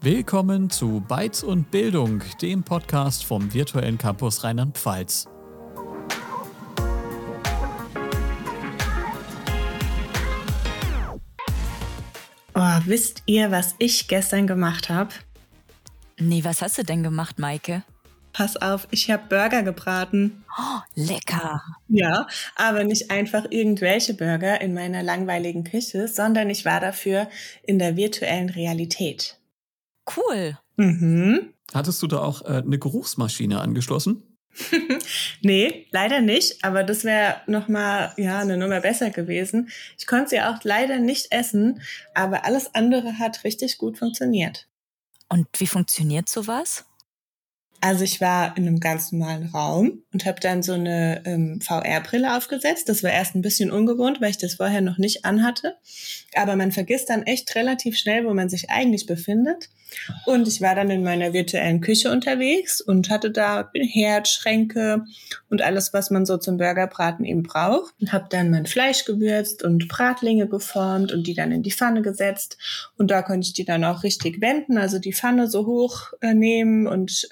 Willkommen zu Bytes und Bildung, dem Podcast vom virtuellen Campus Rheinland-Pfalz. Oh, wisst ihr, was ich gestern gemacht habe? Nee, was hast du denn gemacht, Maike? Pass auf, ich habe Burger gebraten. Oh, lecker. Ja, aber nicht einfach irgendwelche Burger in meiner langweiligen Küche, sondern ich war dafür in der virtuellen Realität. Cool. Hattest du da auch eine Geruchsmaschine angeschlossen? Nee, leider nicht, aber das wäre nochmal eine Nummer besser gewesen. Ich konnte sie auch leider nicht essen, aber alles andere hat richtig gut funktioniert. Und wie funktioniert sowas? Also ich war in einem ganz normalen Raum und habe dann so eine VR-Brille aufgesetzt. Das war erst ein bisschen ungewohnt, weil ich das vorher noch nicht anhatte. Aber man vergisst dann echt relativ schnell, wo man sich eigentlich befindet. Und ich war dann in meiner virtuellen Küche unterwegs und hatte da Herd, Schränke und alles, was man so zum Burgerbraten eben braucht. Und habe dann mein Fleisch gewürzt und Bratlinge geformt und die dann in die Pfanne gesetzt. Und da konnte ich die dann auch richtig wenden, also die Pfanne so hoch nehmen und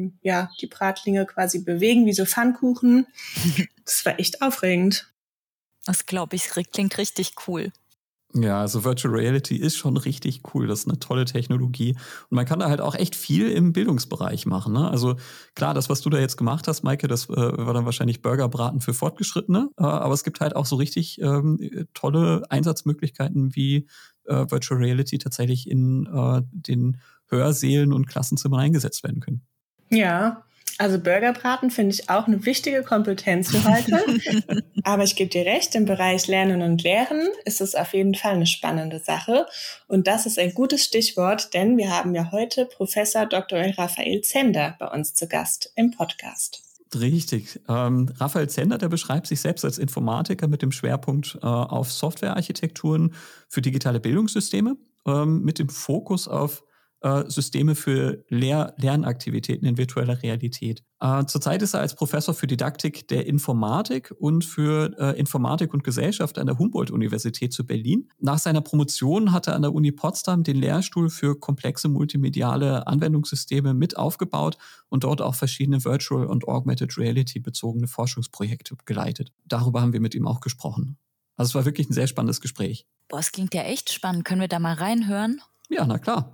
die Bratlinge quasi bewegen wie so Pfannkuchen. Das war echt aufregend. Das glaube ich, klingt richtig cool. Ja, also Virtual Reality ist schon richtig cool. Das ist eine tolle Technologie. Und man kann da halt auch echt viel im Bildungsbereich machen, ne? Also klar, das, was du da jetzt gemacht hast, Maike, das war dann wahrscheinlich Burgerbraten für Fortgeschrittene. Aber es gibt halt auch so richtig tolle Einsatzmöglichkeiten, wie Virtual Reality tatsächlich in den Hörsälen und Klassenzimmern eingesetzt werden können. Ja, also Burgerbraten finde ich auch eine wichtige Kompetenz für heute. Aber ich gebe dir recht, im Bereich Lernen und Lehren ist es auf jeden Fall eine spannende Sache. Und das ist ein gutes Stichwort, denn wir haben ja heute Professor Dr. Raphael Zender bei uns zu Gast im Podcast. Richtig. Raphael Zender, der beschreibt sich selbst als Informatiker mit dem Schwerpunkt auf Softwarearchitekturen für digitale Bildungssysteme, mit dem Fokus auf Systeme für Lernaktivitäten in virtueller Realität. Zurzeit ist er als Professor für Didaktik der Informatik und für Informatik und Gesellschaft an der Humboldt-Universität zu Berlin. Nach seiner Promotion hat er an der Uni Potsdam den Lehrstuhl für komplexe multimediale Anwendungssysteme mit aufgebaut und dort auch verschiedene Virtual- und Augmented Reality-bezogene Forschungsprojekte geleitet. Darüber haben wir mit ihm auch gesprochen. Also es war wirklich ein sehr spannendes Gespräch. Boah, es klingt ja echt spannend. Können wir da mal reinhören? Ja, na klar.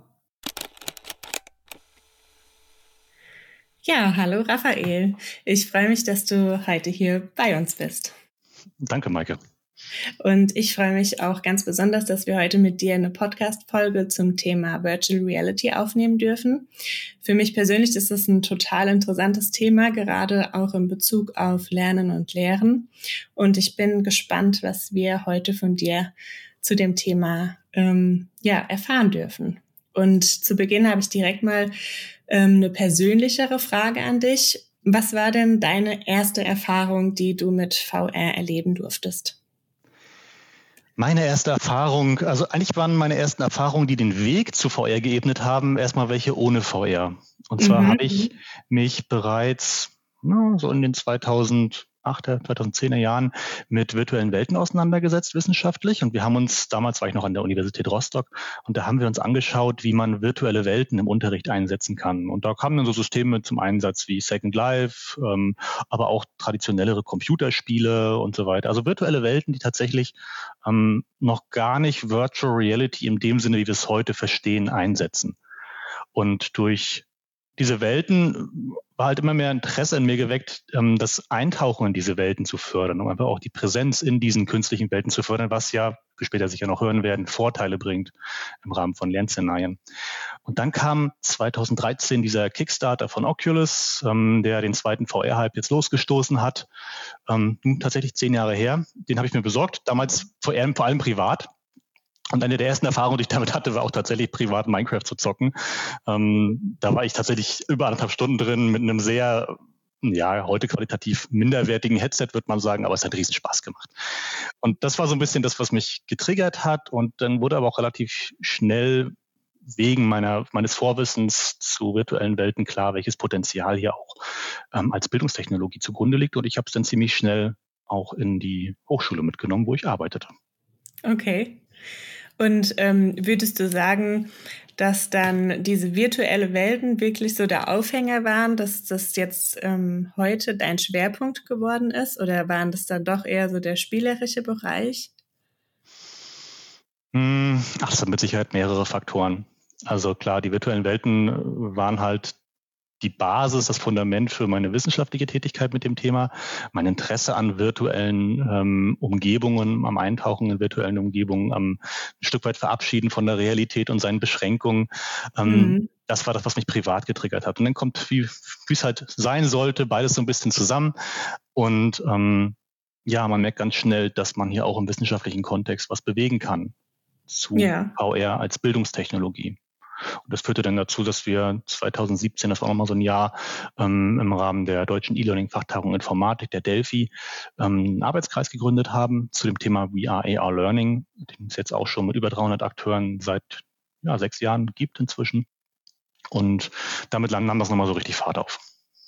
Ja, hallo Raphael. Ich freue mich, dass du heute hier bei uns bist. Danke, Maike. Und ich freue mich auch ganz besonders, dass wir heute mit dir eine Podcast-Folge zum Thema Virtual Reality aufnehmen dürfen. Für mich persönlich ist das ein total interessantes Thema, gerade auch in Bezug auf Lernen und Lehren. Und ich bin gespannt, was wir heute von dir zu dem Thema erfahren dürfen. Und zu Beginn habe ich direkt mal eine persönlichere Frage an dich. Was war denn deine erste Erfahrung, die du mit VR erleben durftest? Meine erste Erfahrung, also eigentlich waren meine ersten Erfahrungen, die den Weg zu VR geebnet haben, erstmal welche ohne VR. Und zwar habe ich mich bereits so in den 2010er Jahren mit virtuellen Welten auseinandergesetzt, wissenschaftlich. Und wir haben uns, damals war ich noch an der Universität Rostock, und da haben wir uns angeschaut, wie man virtuelle Welten im Unterricht einsetzen kann. Und da kamen dann so Systeme zum Einsatz wie Second Life, aber auch traditionellere Computerspiele und so weiter. Also virtuelle Welten, die tatsächlich noch gar nicht Virtual Reality in dem Sinne, wie wir es heute verstehen, einsetzen. Und durch diese Welten war halt immer mehr Interesse in mir geweckt, das Eintauchen in diese Welten zu fördern, um einfach auch die Präsenz in diesen künstlichen Welten zu fördern, was ja, wie später sicher noch hören werden, Vorteile bringt im Rahmen von Lernszenarien. Und dann kam 2013 dieser Kickstarter von Oculus, der den zweiten VR-Hype jetzt losgestoßen hat. Tatsächlich 10 Jahre her. Den habe ich mir besorgt, damals vor allem privat. Und eine der ersten Erfahrungen, die ich damit hatte, war auch tatsächlich privat Minecraft zu zocken. Da war ich tatsächlich über 1,5 Stunden drin mit einem sehr, heute qualitativ minderwertigen Headset, würde man sagen, aber es hat riesen Spaß gemacht. Und das war so ein bisschen das, was mich getriggert hat. Und dann wurde aber auch relativ schnell wegen meines Vorwissens zu virtuellen Welten klar, welches Potenzial hier auch als Bildungstechnologie zugrunde liegt. Und ich habe es dann ziemlich schnell auch in die Hochschule mitgenommen, wo ich arbeitete. Okay. Und würdest du sagen, dass dann diese virtuelle Welten wirklich so der Aufhänger waren, dass das jetzt heute dein Schwerpunkt geworden ist? Oder waren das dann doch eher so der spielerische Bereich? Das sind mit Sicherheit mehrere Faktoren. Also klar, die virtuellen Welten waren halt die Basis, das Fundament für meine wissenschaftliche Tätigkeit mit dem Thema, mein Interesse an virtuellen Umgebungen, am Eintauchen in virtuellen Umgebungen, am ein Stück weit Verabschieden von der Realität und seinen Beschränkungen. Das war das, was mich privat getriggert hat. Und dann kommt, wie es halt sein sollte, beides so ein bisschen zusammen. Und man merkt ganz schnell, dass man hier auch im wissenschaftlichen Kontext was bewegen kann zu VR als Bildungstechnologie. Und das führte dann dazu, dass wir 2017, das war nochmal so ein Jahr, im Rahmen der deutschen E-Learning-Fachtagung Informatik, der Delphi, einen Arbeitskreis gegründet haben zu dem Thema VR, AR Learning, den es jetzt auch schon mit über 300 Akteuren seit 6 Jahren gibt inzwischen. Und damit nahm das nochmal so richtig Fahrt auf.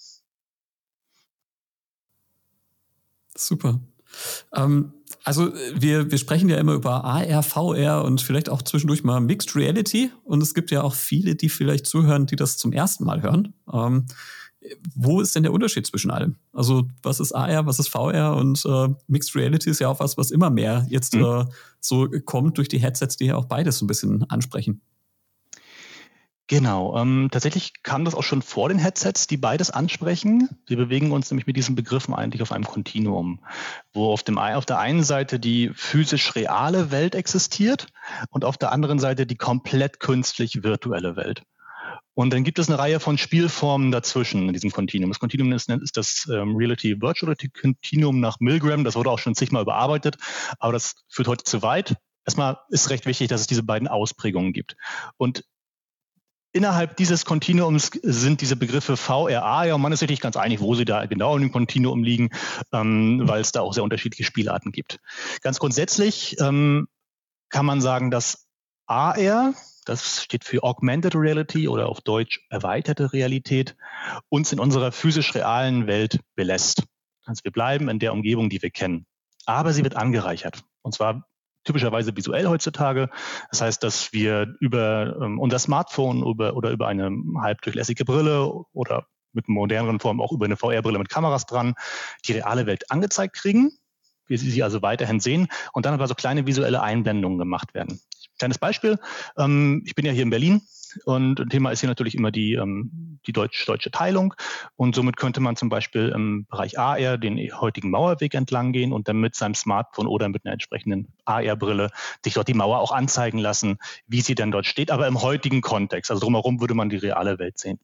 Super. Also wir sprechen ja immer über AR, VR und vielleicht auch zwischendurch mal Mixed Reality. Und es gibt ja auch viele, die vielleicht zuhören, die das zum ersten Mal hören. Wo ist denn der Unterschied zwischen allem? Also was ist AR, was ist VR? Und Mixed Reality ist ja auch was immer mehr jetzt so kommt durch die Headsets, die ja auch beides so ein bisschen ansprechen. Genau, tatsächlich kam das auch schon vor den Headsets, die beides ansprechen. Wir bewegen uns nämlich mit diesen Begriffen eigentlich auf einem Kontinuum, wo auf der einen Seite die physisch reale Welt existiert und auf der anderen Seite die komplett künstlich virtuelle Welt. Und dann gibt es eine Reihe von Spielformen dazwischen in diesem Kontinuum. Das Kontinuum ist das Reality Virtuality Continuum nach Milgram. Das wurde auch schon zigmal überarbeitet, aber das führt heute zu weit. Erstmal ist recht wichtig, dass es diese beiden Ausprägungen gibt. Und innerhalb dieses Kontinuums sind diese Begriffe VR, AR, und man ist sich nicht ganz einig, wo sie da genau in dem Kontinuum liegen, weil es da auch sehr unterschiedliche Spielarten gibt. Ganz grundsätzlich kann man sagen, dass AR, das steht für Augmented Reality oder auf Deutsch erweiterte Realität, uns in unserer physisch realen Welt belässt. Also wir bleiben in der Umgebung, die wir kennen. Aber sie wird angereichert. Und zwar typischerweise visuell heutzutage. Das heißt, dass wir über unser Smartphone oder über eine halbdurchlässige Brille oder mit moderneren Formen auch über eine VR-Brille mit Kameras dran die reale Welt angezeigt kriegen. Wir sie also weiterhin sehen und dann aber so kleine visuelle Einblendungen gemacht werden. Kleines Beispiel. Ich bin ja hier in Berlin. Und ein Thema ist hier natürlich immer die deutsche Teilung. Und somit könnte man zum Beispiel im Bereich AR den heutigen Mauerweg entlang gehen und dann mit seinem Smartphone oder mit einer entsprechenden AR-Brille sich dort die Mauer auch anzeigen lassen, wie sie denn dort steht, aber im heutigen Kontext. Also drumherum würde man die reale Welt sehen.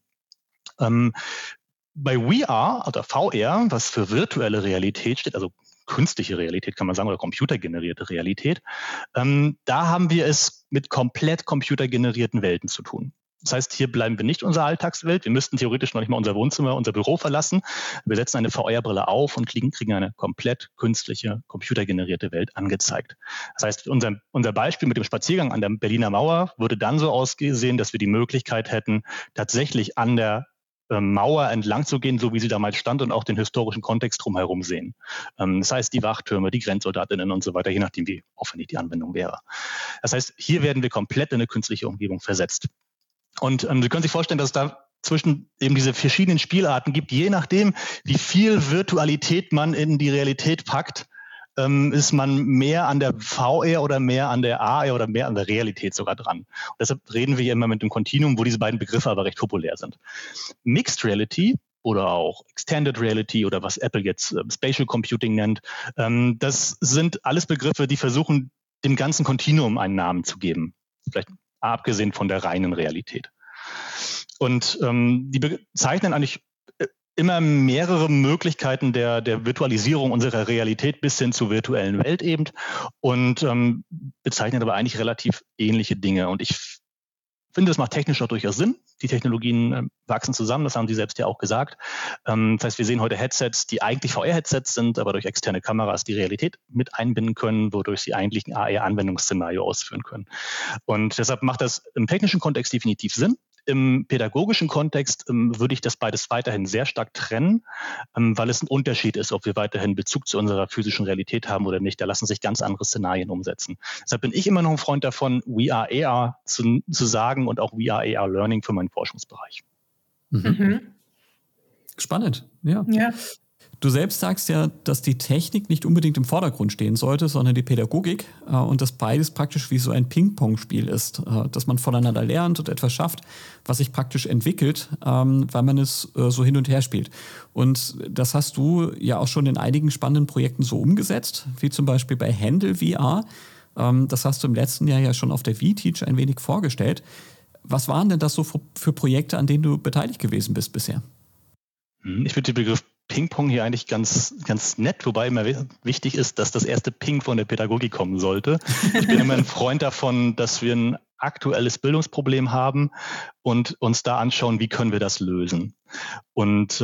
Bei VR oder VR, was für virtuelle Realität steht, also künstliche Realität kann man sagen, oder computergenerierte Realität, da haben wir es mit komplett computergenerierten Welten zu tun. Das heißt, hier bleiben wir nicht in unserer Alltagswelt. Wir müssten theoretisch noch nicht mal unser Wohnzimmer, unser Büro verlassen. Wir setzen eine VR-Brille auf und kriegen eine komplett künstliche, computergenerierte Welt angezeigt. Das heißt, unser Beispiel mit dem Spaziergang an der Berliner Mauer würde dann so ausgesehen, dass wir die Möglichkeit hätten, tatsächlich an der Mauer entlang zu gehen, so wie sie damals stand und auch den historischen Kontext drumherum sehen. Das heißt, die Wachtürme, die Grenzsoldatinnen und so weiter, je nachdem, wie aufwendig die Anwendung wäre. Das heißt, hier werden wir komplett in eine künstliche Umgebung versetzt. Und Sie können sich vorstellen, dass es da zwischen eben diese verschiedenen Spielarten gibt, je nachdem, wie viel Virtualität man in die Realität packt, ist man mehr an der VR oder mehr an der AR oder mehr an der Realität sogar dran. Und deshalb reden wir hier immer mit dem Kontinuum, wo diese beiden Begriffe aber recht populär sind. Mixed Reality oder auch Extended Reality oder was Apple jetzt Spatial Computing nennt, das sind alles Begriffe, die versuchen, dem ganzen Kontinuum einen Namen zu geben. Vielleicht abgesehen von der reinen Realität. Und die bezeichnen eigentlich immer mehrere Möglichkeiten der Virtualisierung unserer Realität bis hin zur virtuellen Welt eben und bezeichnet aber eigentlich relativ ähnliche Dinge. Und ich finde, das macht technisch auch durchaus Sinn. Die Technologien wachsen zusammen, das haben Sie selbst ja auch gesagt. Das heißt, wir sehen heute Headsets, die eigentlich VR-Headsets sind, aber durch externe Kameras die Realität mit einbinden können, wodurch sie eigentlich ein AR-Anwendungsszenario ausführen können. Und deshalb macht das im technischen Kontext definitiv Sinn. im pädagogischen Kontext würde ich das beides weiterhin sehr stark trennen, weil es ein Unterschied ist, ob wir weiterhin Bezug zu unserer physischen Realität haben oder nicht. Da lassen sich ganz andere Szenarien umsetzen. Deshalb bin ich immer noch ein Freund davon, VR, AR zu sagen und auch VR, AR Learning für meinen Forschungsbereich. Spannend, ja. Ja. Du selbst sagst ja, dass die Technik nicht unbedingt im Vordergrund stehen sollte, sondern die Pädagogik und dass beides praktisch wie so ein Ping-Pong-Spiel ist, dass man voneinander lernt und etwas schafft, was sich praktisch entwickelt, weil man es so hin und her spielt. Und das hast du ja auch schon in einigen spannenden Projekten so umgesetzt, wie zum Beispiel bei Handle VR. Das hast du im letzten Jahr ja schon auf der V-Teach ein wenig vorgestellt. Was waren denn das so für Projekte, an denen du beteiligt gewesen bist bisher? Ich finde den Begriff Ping-Pong hier eigentlich ganz, ganz nett, wobei immer wichtig ist, dass das erste Ping von der Pädagogik kommen sollte. Ich bin immer ein Freund davon, dass wir ein aktuelles Bildungsproblem haben und uns da anschauen, wie können wir das lösen. Und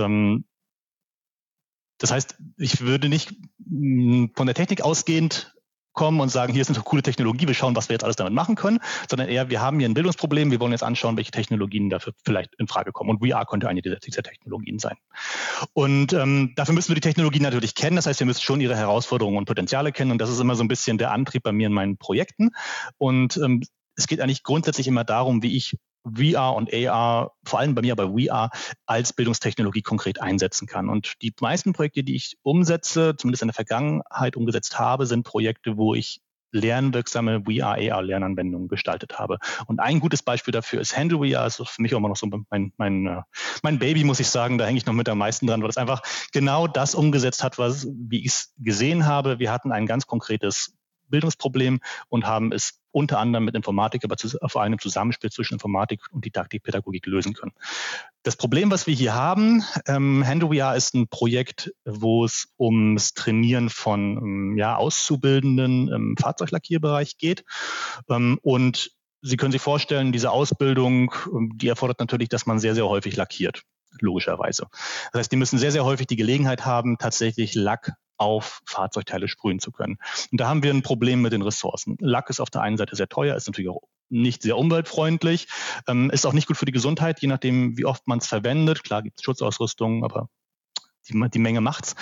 das heißt, ich würde nicht von der Technik ausgehend kommen und sagen, hier ist eine coole Technologie, wir schauen, was wir jetzt alles damit machen können, sondern eher, wir haben hier ein Bildungsproblem, wir wollen jetzt anschauen, welche Technologien dafür vielleicht in Frage kommen. Und VR könnte eine dieser Technologien sein. Und dafür müssen wir die Technologie natürlich kennen, das heißt, wir müssen schon ihre Herausforderungen und Potenziale kennen und das ist immer so ein bisschen der Antrieb bei mir in meinen Projekten. Und es geht eigentlich grundsätzlich immer darum, wie ich VR und AR, vor allem bei mir aber VR, als Bildungstechnologie konkret einsetzen kann. Und die meisten Projekte, die ich umsetze, zumindest in der Vergangenheit umgesetzt habe, sind Projekte, wo ich lernwirksame VR, AR-Lernanwendungen gestaltet habe. Und ein gutes Beispiel dafür ist Handle VR. Das ist für mich auch immer noch so mein Baby, muss ich sagen. Da hänge ich noch mit am meisten dran, weil es einfach genau das umgesetzt hat, wie ich es gesehen habe. Wir hatten ein ganz konkretes Bildungsproblem und haben es unter anderem mit Informatik, aber vor allem im Zusammenspiel zwischen Informatik und Didaktikpädagogik lösen können. Das Problem, was wir hier haben, Handle VR ist ein Projekt, wo es ums Trainieren von Auszubildenden im Fahrzeuglackierbereich geht. Und Sie können sich vorstellen, diese Ausbildung, die erfordert natürlich, dass man sehr, sehr häufig lackiert, logischerweise. Das heißt, die müssen sehr, sehr häufig die Gelegenheit haben, tatsächlich Lack auf Fahrzeugteile sprühen zu können. Und da haben wir ein Problem mit den Ressourcen. Lack ist auf der einen Seite sehr teuer, ist natürlich auch nicht sehr umweltfreundlich, ist auch nicht gut für die Gesundheit, je nachdem, wie oft man es verwendet. Klar gibt es Schutzausrüstung, aber die Menge macht's.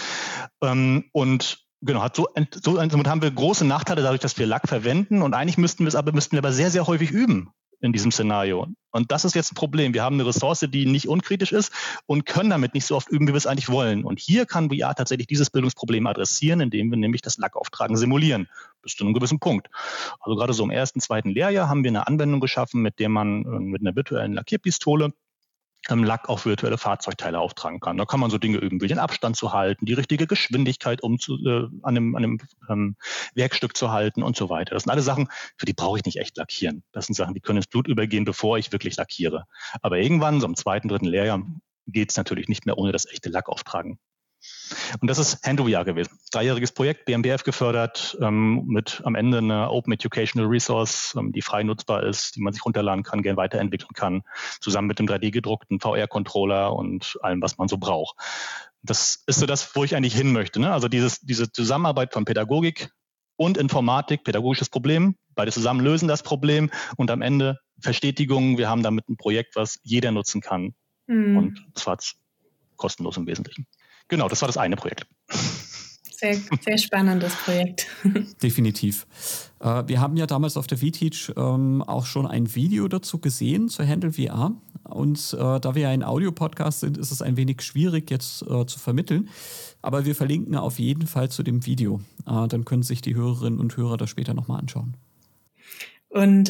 Und genau, somit haben wir große Nachteile dadurch, dass wir Lack verwenden. Und eigentlich müssten wir aber sehr, sehr häufig üben in diesem Szenario. Und das ist jetzt ein Problem. Wir haben eine Ressource, die nicht unkritisch ist und können damit nicht so oft üben, wie wir es eigentlich wollen. Und hier kann VR tatsächlich dieses Bildungsproblem adressieren, indem wir nämlich das Lackauftragen simulieren, bis zu einem gewissen Punkt. Also gerade so im ersten, zweiten Lehrjahr haben wir eine Anwendung geschaffen, mit der man mit einer virtuellen Lackierpistole Lack auf virtuelle Fahrzeugteile auftragen kann. Da kann man so Dinge üben, wie den Abstand zu halten, die richtige Geschwindigkeit an einem Werkstück zu halten und so weiter. Das sind alle Sachen, für die brauche ich nicht echt lackieren. Das sind Sachen, die können ins Blut übergehen, bevor ich wirklich lackiere. Aber irgendwann, so im zweiten, dritten Lehrjahr, geht es natürlich nicht mehr ohne das echte Lackauftragen. Und das ist Handle VR gewesen. 3-jähriges Projekt, BMBF gefördert, mit am Ende einer Open Educational Resource, die frei nutzbar ist, die man sich runterladen kann, gerne weiterentwickeln kann, zusammen mit dem 3D-gedruckten VR-Controller und allem, was man so braucht. Das ist so das, wo ich eigentlich hin möchte, ne? Also diese Zusammenarbeit von Pädagogik und Informatik, pädagogisches Problem, beide zusammen lösen das Problem und am Ende Verstetigung, wir haben damit ein Projekt, was jeder nutzen kann. Und zwar kostenlos im Wesentlichen. Genau, das war das eine Projekt. Sehr, sehr spannendes Projekt. Definitiv. Wir haben ja damals auf der V-Teach auch schon ein Video dazu gesehen, zur Handle VR. Und da wir ja ein Audio-Podcast sind, ist es ein wenig schwierig jetzt zu vermitteln. Aber wir verlinken auf jeden Fall zu dem Video. Dann können sich die Hörerinnen und Hörer das später nochmal anschauen. Und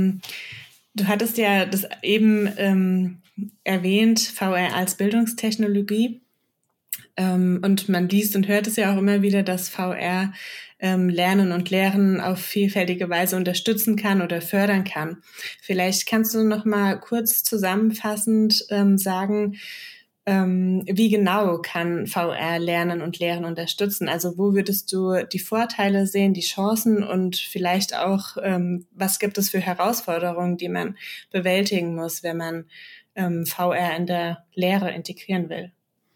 du hattest ja das eben erwähnt, VR als Bildungstechnologie. Und man liest und hört es ja auch immer wieder, dass VR Lernen und Lehren auf vielfältige Weise unterstützen kann oder fördern kann. Vielleicht kannst du noch mal kurz zusammenfassend sagen, wie genau kann VR Lernen und Lehren unterstützen? Also wo würdest du die Vorteile sehen, die Chancen und vielleicht auch, was gibt es für Herausforderungen, die man bewältigen muss, wenn man VR in der Lehre integrieren will?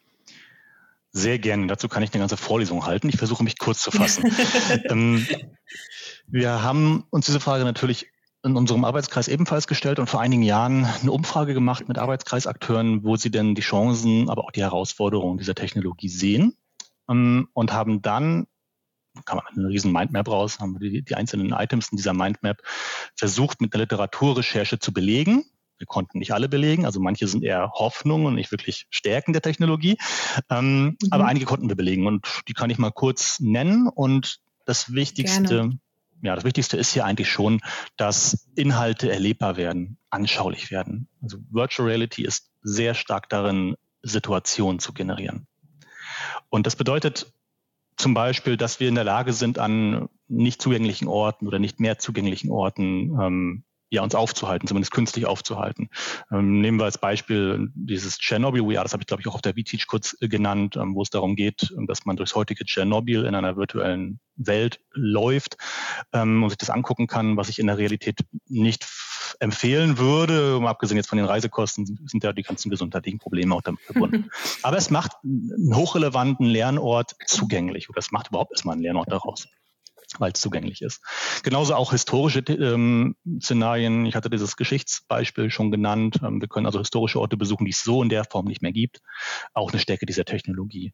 Sehr gerne. Dazu kann ich eine ganze Vorlesung halten. Ich versuche mich kurz zu fassen. Wir haben uns diese Frage natürlich in unserem Arbeitskreis ebenfalls gestellt und vor einigen Jahren eine Umfrage gemacht mit Arbeitskreisakteuren, wo sie denn die Chancen, aber auch die Herausforderungen dieser Technologie sehen, und haben dann, kam eine riesen Mindmap raus, haben wir die einzelnen Items in dieser Mindmap versucht, mit einer Literaturrecherche zu belegen. Wir konnten nicht alle belegen, also manche sind eher Hoffnungen und nicht wirklich Stärken der Technologie, aber einige konnten wir belegen und die kann ich mal kurz nennen. Und das Wichtigste ist hier eigentlich schon, dass Inhalte erlebbar werden, anschaulich werden. Also Virtual Reality ist sehr stark darin, Situationen zu generieren. Und das bedeutet zum Beispiel, dass wir in der Lage sind, an nicht zugänglichen Orten oder nicht mehr zugänglichen Orten uns aufzuhalten, zumindest künstlich aufzuhalten. Nehmen wir als Beispiel dieses Tschernobyl VR, das habe ich, glaube ich, auch auf der VTeach kurz genannt, wo es darum geht, dass man durchs heutige Tschernobyl in einer virtuellen Welt läuft und sich das angucken kann, was ich in der Realität nicht empfehlen würde. Abgesehen jetzt von den Reisekosten sind ja die ganzen gesundheitlichen Probleme auch damit verbunden. Aber es macht einen hochrelevanten Lernort zugänglich oder es macht überhaupt erstmal einen Lernort daraus, weil es zugänglich ist. Genauso auch historische Szenarien. Ich hatte dieses Geschichtsbeispiel schon genannt. Wir können also historische Orte besuchen, die es so in der Form nicht mehr gibt. Auch eine Stärke dieser Technologie.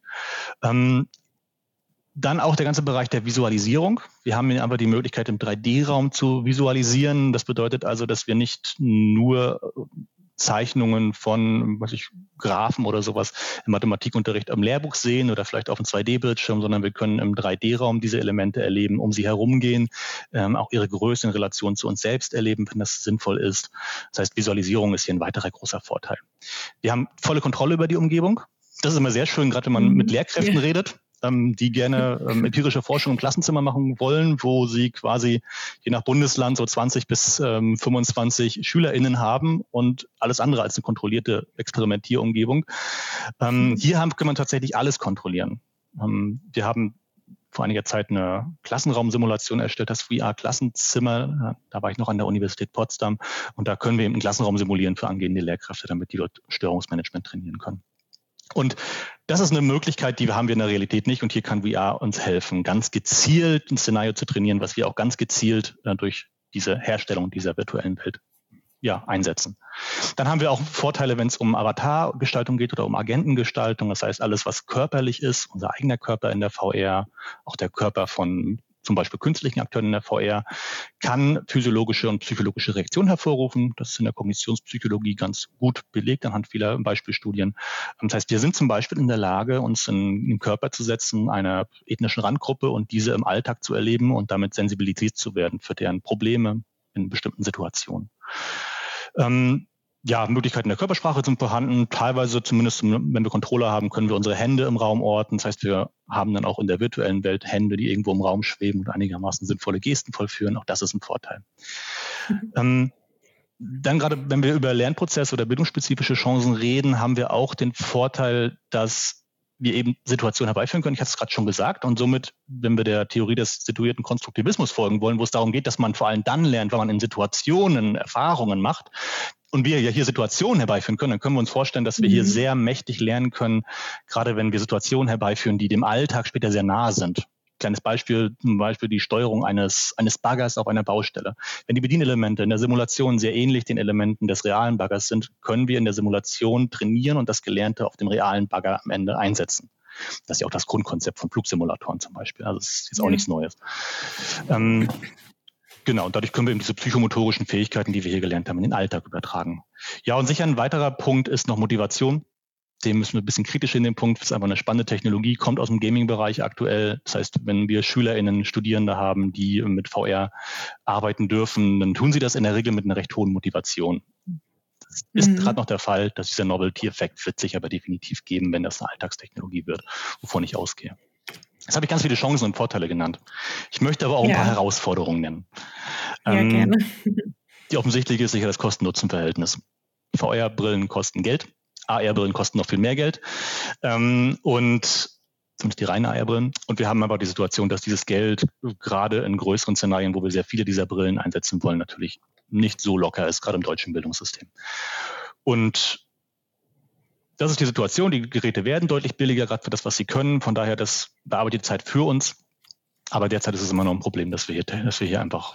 Dann auch der ganze Bereich der Visualisierung. Wir haben aber die Möglichkeit, im 3D-Raum zu visualisieren. Das bedeutet also, dass wir nicht nur Zeichnungen von, Graphen oder sowas im Mathematikunterricht am Lehrbuch sehen oder vielleicht auf einem 2D-Bildschirm, sondern wir können im 3D-Raum diese Elemente erleben, um sie herumgehen, auch ihre Größe in Relation zu uns selbst erleben, wenn das sinnvoll ist. Das heißt, Visualisierung ist hier ein weiterer großer Vorteil. Wir haben volle Kontrolle über die Umgebung. Das ist immer sehr schön, gerade wenn man mit Lehrkräften redet, die gerne empirische Forschung im Klassenzimmer machen wollen, wo sie quasi je nach Bundesland so 20 bis 25 SchülerInnen haben und alles andere als eine kontrollierte Experimentierumgebung. Hier kann man tatsächlich alles kontrollieren. Wir haben vor einiger Zeit eine Klassenraumsimulation erstellt, das VR-Klassenzimmer. Da war ich noch an der Universität Potsdam und da können wir eben einen Klassenraum simulieren für angehende Lehrkräfte, damit die dort Störungsmanagement trainieren können. Und das ist eine Möglichkeit, die haben wir in der Realität nicht. Und hier kann VR uns helfen, ganz gezielt ein Szenario zu trainieren, was wir auch ganz gezielt durch diese Herstellung dieser virtuellen Welt einsetzen. Dann haben wir auch Vorteile, wenn es um Avatargestaltung geht oder um Agentengestaltung. Das heißt, alles, was körperlich ist, unser eigener Körper in der VR, auch der Körper von zum Beispiel künstlichen Akteuren in der VR, kann physiologische und psychologische Reaktionen hervorrufen. Das ist in der Kognitionspsychologie ganz gut belegt anhand vieler Beispielstudien. Das heißt, wir sind zum Beispiel in der Lage, uns in den Körper zu setzen, einer ethnischen Randgruppe und diese im Alltag zu erleben und damit sensibilisiert zu werden für deren Probleme in bestimmten Situationen. Möglichkeiten der Körpersprache sind vorhanden. Teilweise, zumindest wenn wir Controller haben, können wir unsere Hände im Raum orten. Das heißt, wir haben dann auch in der virtuellen Welt Hände, die irgendwo im Raum schweben und einigermaßen sinnvolle Gesten vollführen. Auch das ist ein Vorteil. Dann gerade, wenn wir über Lernprozesse oder bildungsspezifische Chancen reden, haben wir auch den Vorteil, dass wir eben Situationen herbeiführen können. Ich hatte es gerade schon gesagt. Und somit, wenn wir der Theorie des situierten Konstruktivismus folgen wollen, wo es darum geht, dass man vor allem dann lernt, wenn man in Situationen Erfahrungen macht, und wir ja hier Situationen herbeiführen können, dann können wir uns vorstellen, dass wir hier sehr mächtig lernen können, gerade wenn wir Situationen herbeiführen, die dem Alltag später sehr nahe sind. Kleines Beispiel, zum Beispiel die Steuerung eines Baggers auf einer Baustelle. Wenn die Bedienelemente in der Simulation sehr ähnlich den Elementen des realen Baggers sind, können wir in der Simulation trainieren und das Gelernte auf dem realen Bagger am Ende einsetzen. Das ist ja auch das Grundkonzept von Flugsimulatoren zum Beispiel. Also das ist jetzt auch nichts Neues. Genau, und dadurch können wir eben diese psychomotorischen Fähigkeiten, die wir hier gelernt haben, in den Alltag übertragen. Ja, und sicher ein weiterer Punkt ist noch Motivation. Dem müssen wir ein bisschen kritisch in den Punkt. Das ist einfach eine spannende Technologie, kommt aus dem Gaming-Bereich aktuell. Das heißt, wenn wir SchülerInnen, Studierende haben, die mit VR arbeiten dürfen, dann tun sie das in der Regel mit einer recht hohen Motivation. Das ist gerade noch der Fall, dass dieser Novelty-Effekt wird sich aber definitiv geben, wenn das eine Alltagstechnologie wird, wovon ich ausgehe. Jetzt habe ich ganz viele Chancen und Vorteile genannt. Ich möchte aber auch ein paar Herausforderungen nennen. Gerne. Die offensichtliche ist sicher das Kosten-Nutzen-Verhältnis. VR-Brillen kosten Geld, AR-Brillen kosten noch viel mehr Geld und zumindest die reinen AR-Brillen. Und wir haben aber die Situation, dass dieses Geld gerade in größeren Szenarien, wo wir sehr viele dieser Brillen einsetzen wollen, natürlich nicht so locker ist, gerade im deutschen Bildungssystem. Und das ist die Situation. Die Geräte werden deutlich billiger, gerade für das, was sie können. Von daher, das bearbeitet die Zeit für uns. Aber derzeit ist es immer noch ein Problem, dass wir hier einfach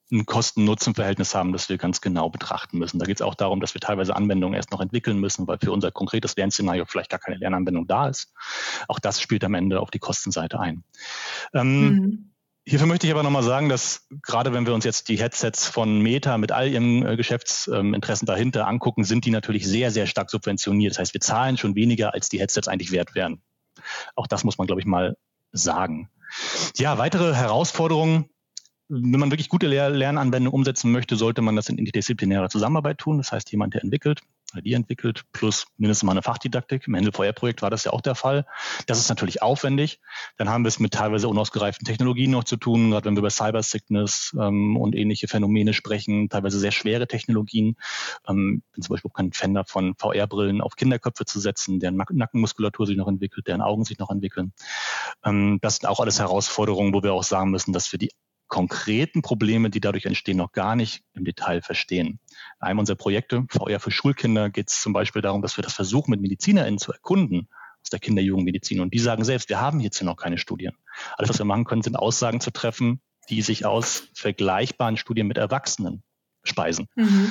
ein Kosten-Nutzen-Verhältnis haben, das wir ganz genau betrachten müssen. Da geht es auch darum, dass wir teilweise Anwendungen erst noch entwickeln müssen, weil für unser konkretes Lernszenario vielleicht gar keine Lernanwendung da ist. Auch das spielt am Ende auf die Kostenseite ein. Hierfür möchte ich aber nochmal sagen, dass gerade wenn wir uns jetzt die Headsets von Meta mit all ihren Geschäftsinteressen dahinter angucken, sind die natürlich sehr, sehr stark subventioniert. Das heißt, wir zahlen schon weniger, als die Headsets eigentlich wert wären. Auch das muss man, glaube ich, mal sagen. Ja, weitere Herausforderungen. Wenn man wirklich gute Lernanwendungen umsetzen möchte, sollte man das in interdisziplinärer Zusammenarbeit tun. Das heißt, jemand, der entwickelt oder die entwickelt, plus mindestens mal eine Fachdidaktik. Im Händel-VR-Projekt war das ja auch der Fall. Das ist natürlich aufwendig. Dann haben wir es mit teilweise unausgereiften Technologien noch zu tun, gerade wenn wir über Cybersickness und ähnliche Phänomene sprechen, teilweise sehr schwere Technologien. Ich bin zum Beispiel auch kein Fan davon, VR-Brillen auf Kinderköpfe zu setzen, deren Nackenmuskulatur sich noch entwickelt, deren Augen sich noch entwickeln. Das sind auch alles Herausforderungen, wo wir auch sagen müssen, dass wir die konkreten Probleme, die dadurch entstehen, noch gar nicht im Detail verstehen. In einem unserer Projekte, VR für Schulkinder, geht es zum Beispiel darum, dass wir das versuchen, mit MedizinerInnen zu erkunden aus der Kinder-Jugendmedizin. Und die sagen selbst, wir haben hierzu noch keine Studien. Alles, was wir machen können, sind Aussagen zu treffen, die sich aus vergleichbaren Studien mit Erwachsenen speisen.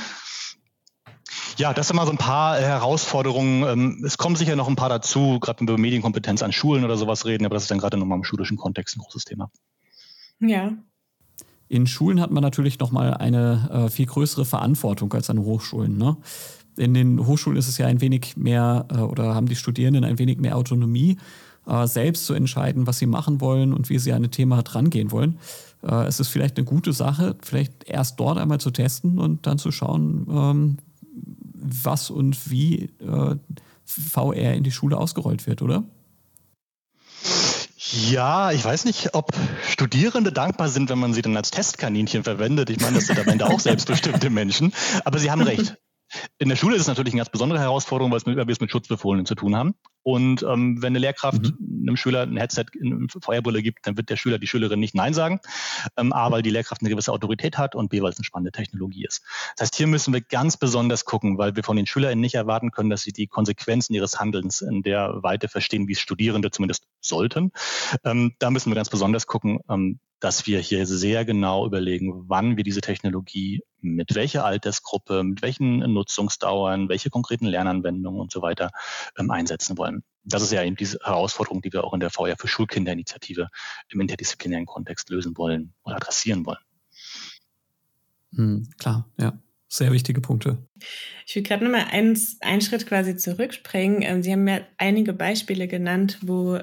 Ja, das sind mal so ein paar Herausforderungen. Es kommen sicher noch ein paar dazu, gerade wenn wir über Medienkompetenz an Schulen oder sowas reden, aber das ist dann gerade nochmal im schulischen Kontext ein großes Thema. Ja. In Schulen hat man natürlich nochmal eine viel größere Verantwortung als an Hochschulen. Ne? In den Hochschulen ist es ja ein wenig mehr oder haben die Studierenden ein wenig mehr Autonomie, selbst zu entscheiden, was sie machen wollen und wie sie an ein Thema drangehen wollen. Es ist vielleicht eine gute Sache, vielleicht erst dort einmal zu testen und dann zu schauen, was und wie VR in die Schule ausgerollt wird, oder? Ja, ich weiß nicht, ob Studierende dankbar sind, wenn man sie dann als Testkaninchen verwendet. Ich meine, das sind am Ende auch selbstbestimmte Menschen. Aber Sie haben recht. In der Schule ist es natürlich eine ganz besondere Herausforderung, weil wir es mit Schutzbefohlenen zu tun haben. Und wenn eine Lehrkraft einem Schüler ein Headset in VR-Brille gibt, dann wird der Schüler, die Schülerin nicht Nein sagen. A, weil die Lehrkraft eine gewisse Autorität hat und B, weil es eine spannende Technologie ist. Das heißt, hier müssen wir ganz besonders gucken, weil wir von den SchülerInnen nicht erwarten können, dass sie die Konsequenzen ihres Handelns in der Weite verstehen, wie es Studierende zumindest sollten. Da müssen wir ganz besonders gucken, dass wir hier sehr genau überlegen, wann wir diese Technologie mit welcher Altersgruppe, mit welchen Nutzungsdauern, welche konkreten Lernanwendungen und so weiter einsetzen wollen. Das ist ja eben diese Herausforderung, die wir auch in der VR für Schulkinder-Initiative im interdisziplinären Kontext lösen wollen oder adressieren wollen. Klar, ja. Sehr wichtige Punkte. Ich will gerade nochmal einen Schritt quasi zurückspringen. Sie haben ja einige Beispiele genannt, wo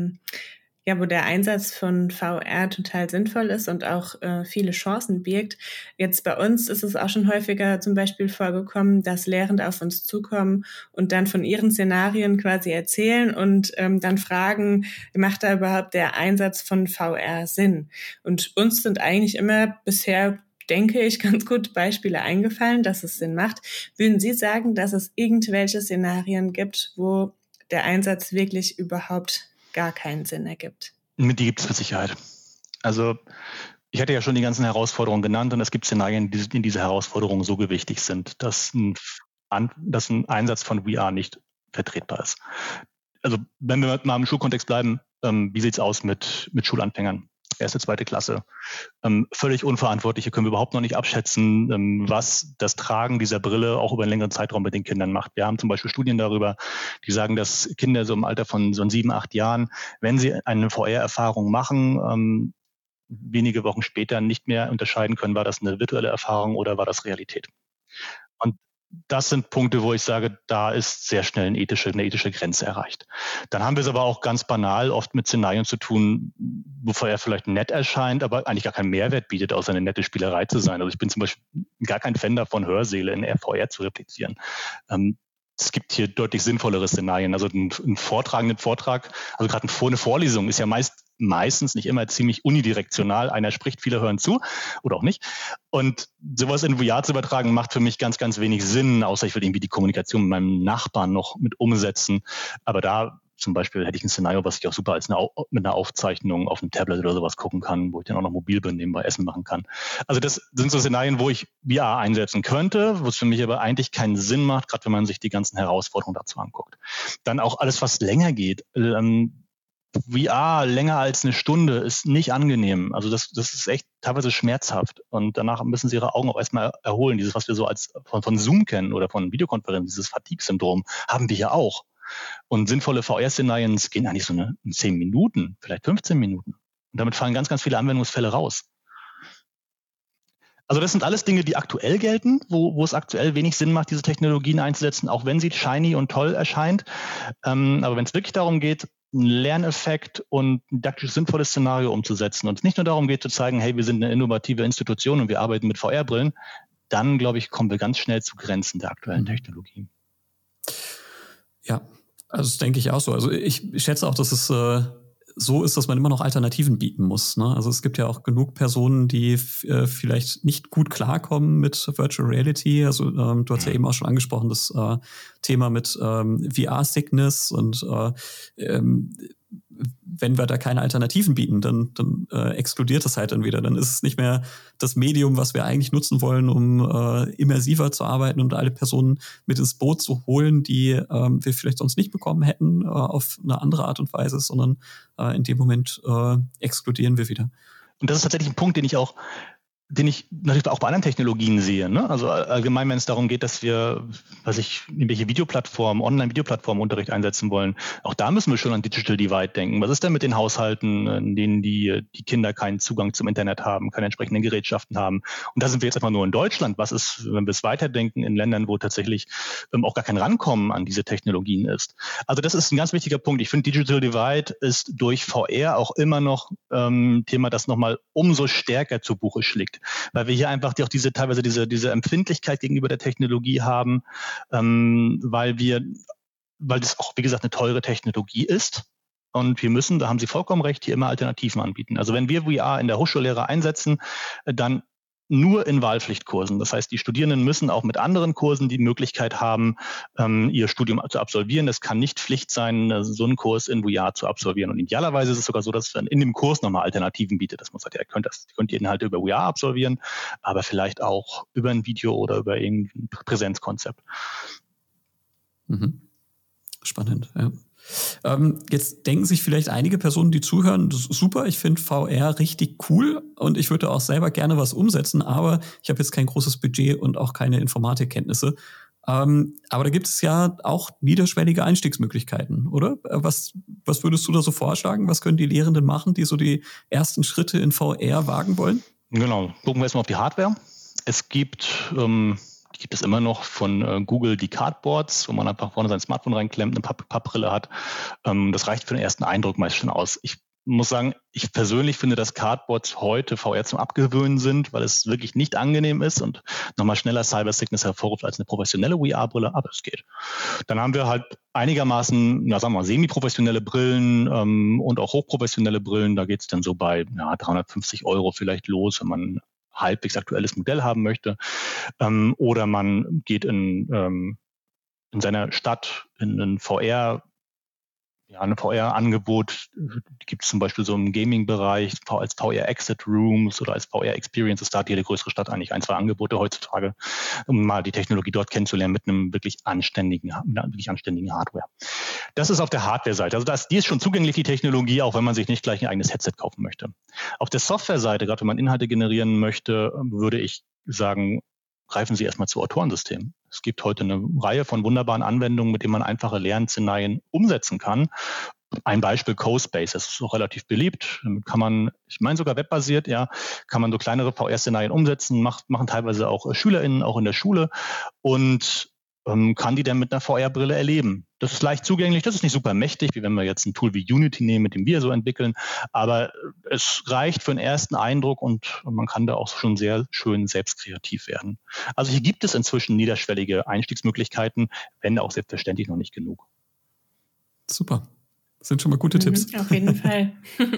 der Einsatz von VR total sinnvoll ist und auch viele Chancen birgt. Jetzt bei uns ist es auch schon häufiger zum Beispiel vorgekommen, dass Lehrende auf uns zukommen und dann von ihren Szenarien quasi erzählen und dann fragen, macht da überhaupt der Einsatz von VR Sinn? Und uns sind eigentlich immer bisher, denke ich, ganz gute Beispiele eingefallen, dass es Sinn macht. Würden Sie sagen, dass es irgendwelche Szenarien gibt, wo der Einsatz wirklich überhaupt gar keinen Sinn ergibt? Die gibt es mit Sicherheit. Also ich hatte ja schon die ganzen Herausforderungen genannt und es gibt Szenarien, die in diese Herausforderungen so gewichtig sind, dass ein Einsatz von VR nicht vertretbar ist. Also wenn wir mal im Schulkontext bleiben, wie sieht es aus mit Schulanfängern? Erste, zweite Klasse. Völlig Unverantwortliche können wir überhaupt noch nicht abschätzen, was das Tragen dieser Brille auch über einen längeren Zeitraum mit den Kindern macht. Wir haben zum Beispiel Studien darüber, die sagen, dass Kinder so im Alter von so 7, 8 Jahren, wenn sie eine VR-Erfahrung machen, wenige Wochen später nicht mehr unterscheiden können, war das eine virtuelle Erfahrung oder war das Realität. Und das sind Punkte, wo ich sage, da ist sehr schnell eine ethische Grenze erreicht. Dann haben wir es aber auch ganz banal oft mit Szenarien zu tun, wo VR vielleicht nett erscheint, aber eigentlich gar keinen Mehrwert bietet, außer eine nette Spielerei zu sein. Also ich bin zum Beispiel gar kein Fan davon, Hörsäle in VR zu replizieren. Es gibt hier deutlich sinnvollere Szenarien. Also ein vortragenden Vortrag, also gerade eine Vorlesung ist ja meistens, nicht immer, ziemlich unidirektional. Einer spricht, viele hören zu oder auch nicht. Und sowas in VR zu übertragen, macht für mich ganz, ganz wenig Sinn, außer ich will irgendwie die Kommunikation mit meinem Nachbarn noch mit umsetzen. Aber da zum Beispiel hätte ich ein Szenario, was ich auch super mit einer Aufzeichnung auf einem Tablet oder sowas gucken kann, wo ich dann auch noch mobil bin, nebenbei Essen machen kann. Also das sind so Szenarien, wo ich VR einsetzen könnte, wo es für mich aber eigentlich keinen Sinn macht, gerade wenn man sich die ganzen Herausforderungen dazu anguckt. Dann auch alles, was länger geht. VR länger als eine Stunde ist nicht angenehm. Also das ist echt teilweise schmerzhaft. Und danach müssen sie ihre Augen auch erstmal erholen. Dieses, was wir so als von Zoom kennen oder von Videokonferenzen, dieses Fatigue-Syndrom, haben wir ja auch. Und sinnvolle VR-Szenarien gehen eigentlich so in 10 Minuten, vielleicht 15 Minuten. Und damit fallen ganz, ganz viele Anwendungsfälle raus. Also das sind alles Dinge, die aktuell gelten, wo es aktuell wenig Sinn macht, diese Technologien einzusetzen, auch wenn sie shiny und toll erscheint. Aber wenn es wirklich darum geht, einen Lerneffekt und ein didaktisch sinnvolles Szenario umzusetzen und es nicht nur darum geht zu zeigen, hey, wir sind eine innovative Institution und wir arbeiten mit VR-Brillen, dann, glaube ich, kommen wir ganz schnell zu Grenzen der aktuellen Technologie. Ja, also das denke ich auch so. Also ich schätze auch, dass es so ist, dass man immer noch Alternativen bieten muss. Ne? Also es gibt ja auch genug Personen, die vielleicht nicht gut klarkommen mit Virtual Reality. Also du hast ja eben auch schon angesprochen, das Thema mit VR-Sickness und wenn wir da keine Alternativen bieten, dann explodiert das halt dann wieder. Dann ist es nicht mehr das Medium, was wir eigentlich nutzen wollen, um immersiver zu arbeiten und alle Personen mit ins Boot zu holen, die wir vielleicht sonst nicht bekommen hätten, auf eine andere Art und Weise, sondern in dem Moment explodieren wir wieder. Und das ist tatsächlich ein Punkt, den ich natürlich auch bei anderen Technologien sehe. Ne? Also allgemein, wenn es darum geht, dass wir, irgendwelche Videoplattformen, Online-Videoplattformen Unterricht einsetzen wollen, auch da müssen wir schon an Digital Divide denken. Was ist denn mit den Haushalten, in denen die Kinder keinen Zugang zum Internet haben, keine entsprechenden Gerätschaften haben? Und da sind wir jetzt einfach nur in Deutschland. Was ist, wenn wir es weiterdenken, in Ländern, wo tatsächlich auch gar kein Rankommen an diese Technologien ist? Also das ist ein ganz wichtiger Punkt. Ich finde, Digital Divide ist durch VR auch immer noch Thema, das nochmal umso stärker zu Buche schlägt. Weil wir hier einfach auch diese Empfindlichkeit gegenüber der Technologie haben, weil das auch, wie gesagt, eine teure Technologie ist. Und wir müssen, da haben Sie vollkommen recht, hier immer Alternativen anbieten. Also wenn wir VR in der Hochschullehre einsetzen, dann nur in Wahlpflichtkursen. Das heißt, die Studierenden müssen auch mit anderen Kursen die Möglichkeit haben, ihr Studium zu absolvieren. Es kann nicht Pflicht sein, so einen Kurs in VR zu absolvieren. Und idealerweise ist es sogar so, dass man in dem Kurs nochmal Alternativen bietet. Dass man sagt, ihr könnt die Inhalte über VR absolvieren, aber vielleicht auch über ein Video oder über irgendein Präsenzkonzept. Spannend, ja. Jetzt denken sich vielleicht einige Personen, die zuhören, das ist super, ich finde VR richtig cool und ich würde auch selber gerne was umsetzen, aber ich habe jetzt kein großes Budget und auch keine Informatikkenntnisse. Aber da gibt es ja auch niederschwellige Einstiegsmöglichkeiten, oder? Was würdest du da so vorschlagen? Was können die Lehrenden machen, die so die ersten Schritte in VR wagen wollen? Genau, gucken wir erstmal auf die Hardware. Es gibt es immer noch von Google die Cardboards, wo man einfach vorne sein Smartphone reinklemmt, eine Pappbrille hat. Das reicht für den ersten Eindruck meist schon aus. Ich muss sagen, ich persönlich finde, dass Cardboards heute VR zum Abgewöhnen sind, weil es wirklich nicht angenehm ist und nochmal schneller Cyber-Sickness hervorruft als eine professionelle VR-Brille, aber es geht. Dann haben wir halt einigermaßen, sagen wir mal, semi-professionelle Brillen und auch hochprofessionelle Brillen. Da geht es dann so bei 350 € vielleicht los, wenn man halbwegs aktuelles Modell haben möchte. Oder man geht in seiner Stadt in ein VR-Angebot, gibt es zum Beispiel so im Gaming-Bereich als VR-Exit-Rooms oder als VR-Experiences. Da hat jede größere Stadt eigentlich 1, 2 Angebote heutzutage, um mal die Technologie dort kennenzulernen mit einem wirklich anständigen Hardware. Das ist auf der Hardware-Seite. Also die ist schon zugänglich, die Technologie, auch wenn man sich nicht gleich ein eigenes Headset kaufen möchte. Auf der Software-Seite, gerade wenn man Inhalte generieren möchte, würde ich sagen, greifen Sie erstmal zu Autorensystemen. Es gibt heute eine Reihe von wunderbaren Anwendungen, mit denen man einfache Lernszenarien umsetzen kann. Ein Beispiel CoSpace, das ist auch relativ beliebt. Damit kann man, ich meine sogar webbasiert, kann man so kleinere VR-Szenarien umsetzen, machen teilweise auch SchülerInnen, auch in der Schule und kann die dann mit einer VR-Brille erleben. Das ist leicht zugänglich, das ist nicht super mächtig, wie wenn wir jetzt ein Tool wie Unity nehmen, mit dem wir so entwickeln, aber es reicht für einen ersten Eindruck und man kann da auch schon sehr schön selbst kreativ werden. Also hier gibt es inzwischen niederschwellige Einstiegsmöglichkeiten, wenn auch selbstverständlich noch nicht genug. Super, das sind schon mal gute Tipps. Auf jeden Fall.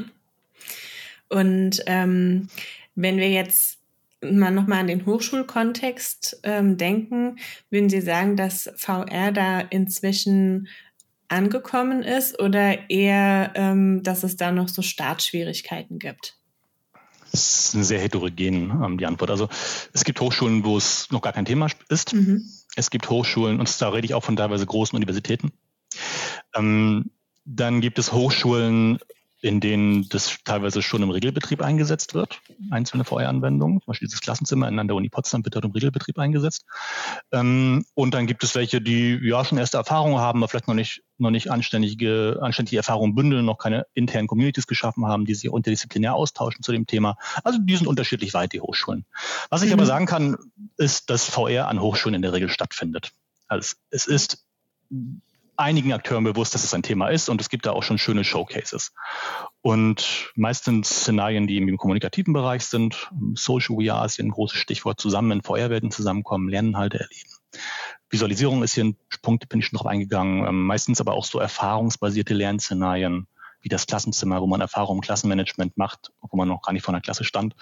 Und wenn wir jetzt mal nochmal an den Hochschulkontext denken, würden Sie sagen, dass VR da inzwischen angekommen ist oder eher, dass es da noch so Startschwierigkeiten gibt? Das ist eine sehr heterogen, die Antwort. Also es gibt Hochschulen, wo es noch gar kein Thema ist. Es gibt Hochschulen, und da rede ich auch von teilweise großen Universitäten, Dann gibt es Hochschulen, in denen das teilweise schon im Regelbetrieb eingesetzt wird, einzelne VR-Anwendungen. Zum Beispiel dieses Klassenzimmer an der Uni Potsdam wird dort im Regelbetrieb eingesetzt. Und dann gibt es welche, die ja schon erste Erfahrungen haben, aber vielleicht noch nicht anständige Erfahrungen bündeln, noch keine internen Communities geschaffen haben, die sich interdisziplinär austauschen zu dem Thema. Also die sind unterschiedlich weit, die Hochschulen. Was ich aber sagen kann, ist, dass VR an Hochschulen in der Regel stattfindet. Also es ist einigen Akteuren bewusst, dass es ein Thema ist, und es gibt da auch schon schöne Showcases. Und meistens Szenarien, die im kommunikativen Bereich sind. Social VR ist hier ein großes Stichwort, zusammen in VR-Welten zusammenkommen, Lerninhalte erleben. Visualisierung ist hier ein Punkt, bin ich schon drauf eingegangen. Meistens aber auch so erfahrungsbasierte Lernszenarien, wie das Klassenzimmer, wo man Erfahrung im Klassenmanagement macht, obwohl man noch gar nicht vor einer Klasse stand.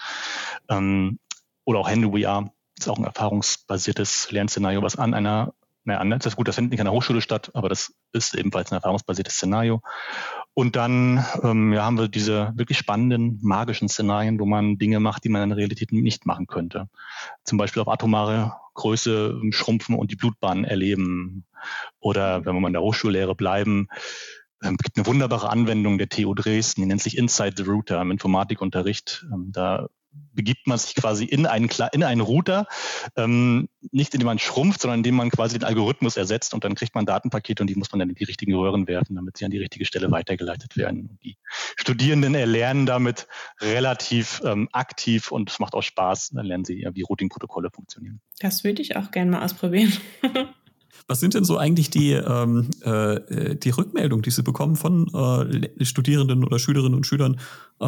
Oder auch Hände VR ist auch ein erfahrungsbasiertes Lernszenario, was das ist gut, das findet nicht an der Hochschule statt, aber das ist ebenfalls ein erfahrungsbasiertes Szenario. Und dann haben wir diese wirklich spannenden, magischen Szenarien, wo man Dinge macht, die man in der Realität nicht machen könnte. Zum Beispiel auf atomare Größe schrumpfen und die Blutbahn erleben. Oder wenn wir mal in der Hochschullehre bleiben, gibt eine wunderbare Anwendung der TU Dresden, die nennt sich Inside the Router im Informatikunterricht. Da begibt man sich quasi in einen Router, nicht indem man schrumpft, sondern indem man quasi den Algorithmus ersetzt, und dann kriegt man Datenpakete, und die muss man dann in die richtigen Röhren werfen, damit sie an die richtige Stelle weitergeleitet werden. Und die Studierenden erlernen damit relativ aktiv, und es macht auch Spaß. Dann lernen sie, wie Routing-Protokolle funktionieren. Das würde ich auch gerne mal ausprobieren. Was sind denn so eigentlich die Rückmeldungen, die Sie bekommen von Studierenden oder Schülerinnen und Schülern?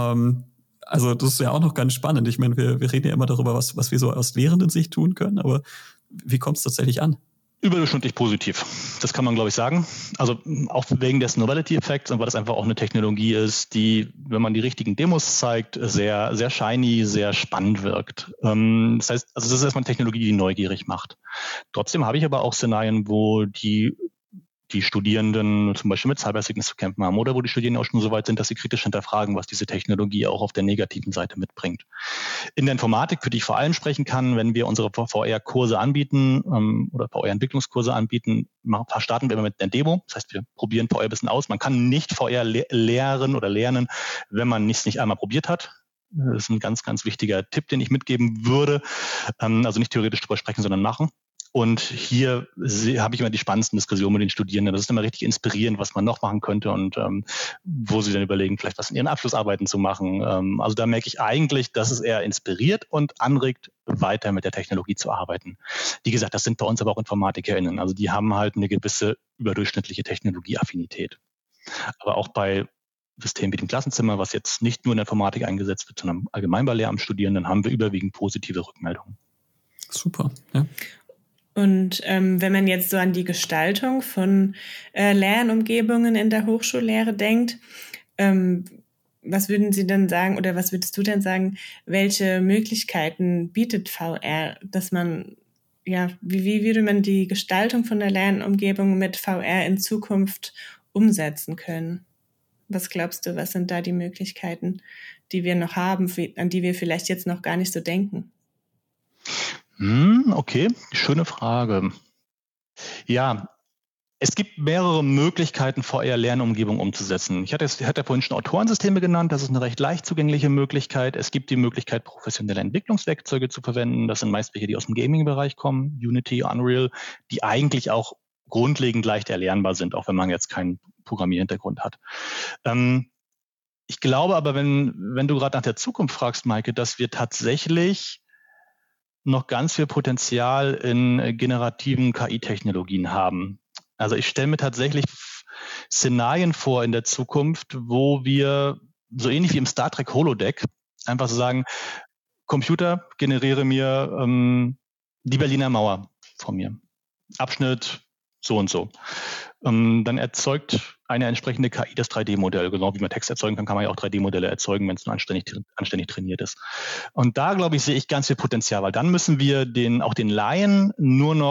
Also das ist ja auch noch ganz spannend. Ich meine, wir reden ja immer darüber, was wir so aus Lehrenden-Sicht tun können, aber wie kommt es tatsächlich an? Überdurchschnittlich positiv. Das kann man, glaube ich, sagen. Also auch wegen des Novelty-Effekts, und weil das einfach auch eine Technologie ist, die, wenn man die richtigen Demos zeigt, sehr, sehr shiny, sehr spannend wirkt. Das heißt, also das ist erstmal eine Technologie, die neugierig macht. Trotzdem habe ich aber auch Szenarien, wo die Studierenden zum Beispiel mit Cybersickness zu kämpfen haben, oder wo die Studierenden auch schon so weit sind, dass sie kritisch hinterfragen, was diese Technologie auch auf der negativen Seite mitbringt. In der Informatik, für die ich vor allem sprechen kann, wenn wir unsere VR-Kurse anbieten oder VR-Entwicklungskurse anbieten, starten wir immer mit einer Demo. Das heißt, wir probieren VR ein bisschen aus. Man kann nicht VR lehren oder lernen, wenn man es nicht einmal probiert hat. Das ist ein ganz, ganz wichtiger Tipp, den ich mitgeben würde. Also nicht theoretisch drüber sprechen, sondern machen. Und hier habe ich immer die spannendsten Diskussionen mit den Studierenden. Das ist immer richtig inspirierend, was man noch machen könnte, und wo sie dann überlegen, vielleicht was in ihren Abschlussarbeiten zu machen. Also da merke ich eigentlich, dass es eher inspiriert und anregt, weiter mit der Technologie zu arbeiten. Wie gesagt, das sind bei uns aber auch InformatikerInnen. Also die haben halt eine gewisse überdurchschnittliche Technologieaffinität. Aber auch bei Systemen wie dem Klassenzimmer, was jetzt nicht nur in der Informatik eingesetzt wird, sondern allgemein bei Lehramtsstudierenden, haben wir überwiegend positive Rückmeldungen. Super, ja. Und wenn man jetzt so an die Gestaltung von Lernumgebungen in der Hochschullehre denkt, was würden Sie denn sagen, oder was würdest du denn sagen, welche Möglichkeiten bietet VR, dass man, wie würde man die Gestaltung von der Lernumgebung mit VR in Zukunft umsetzen können? Was glaubst du, was sind da die Möglichkeiten, die wir noch haben, an die wir vielleicht jetzt noch gar nicht so denken? Okay, schöne Frage. Ja, es gibt mehrere Möglichkeiten, VR-Lernumgebung umzusetzen. Ich hatte vorhin schon Autorensysteme genannt. Das ist eine recht leicht zugängliche Möglichkeit. Es gibt die Möglichkeit, professionelle Entwicklungswerkzeuge zu verwenden. Das sind meist welche, die aus dem Gaming-Bereich kommen, Unity, Unreal, die eigentlich auch grundlegend leicht erlernbar sind, auch wenn man jetzt keinen Programmierhintergrund hat. Ich glaube aber, wenn du gerade nach der Zukunft fragst, Maike, dass wir tatsächlich noch ganz viel Potenzial in generativen KI-Technologien haben. Also ich stelle mir tatsächlich Szenarien vor in der Zukunft, wo wir, so ähnlich wie im Star Trek Holodeck, einfach so sagen, Computer, generiere mir die Berliner Mauer von mir. Abschnitt so und so. Dann erzeugt eine entsprechende KI das 3D-Modell. Genau wie man Text erzeugen kann, kann man ja auch 3D-Modelle erzeugen, wenn es nur anständig trainiert ist. Und da, glaube ich, sehe ich ganz viel Potenzial, weil dann müssen wir den Laien nur noch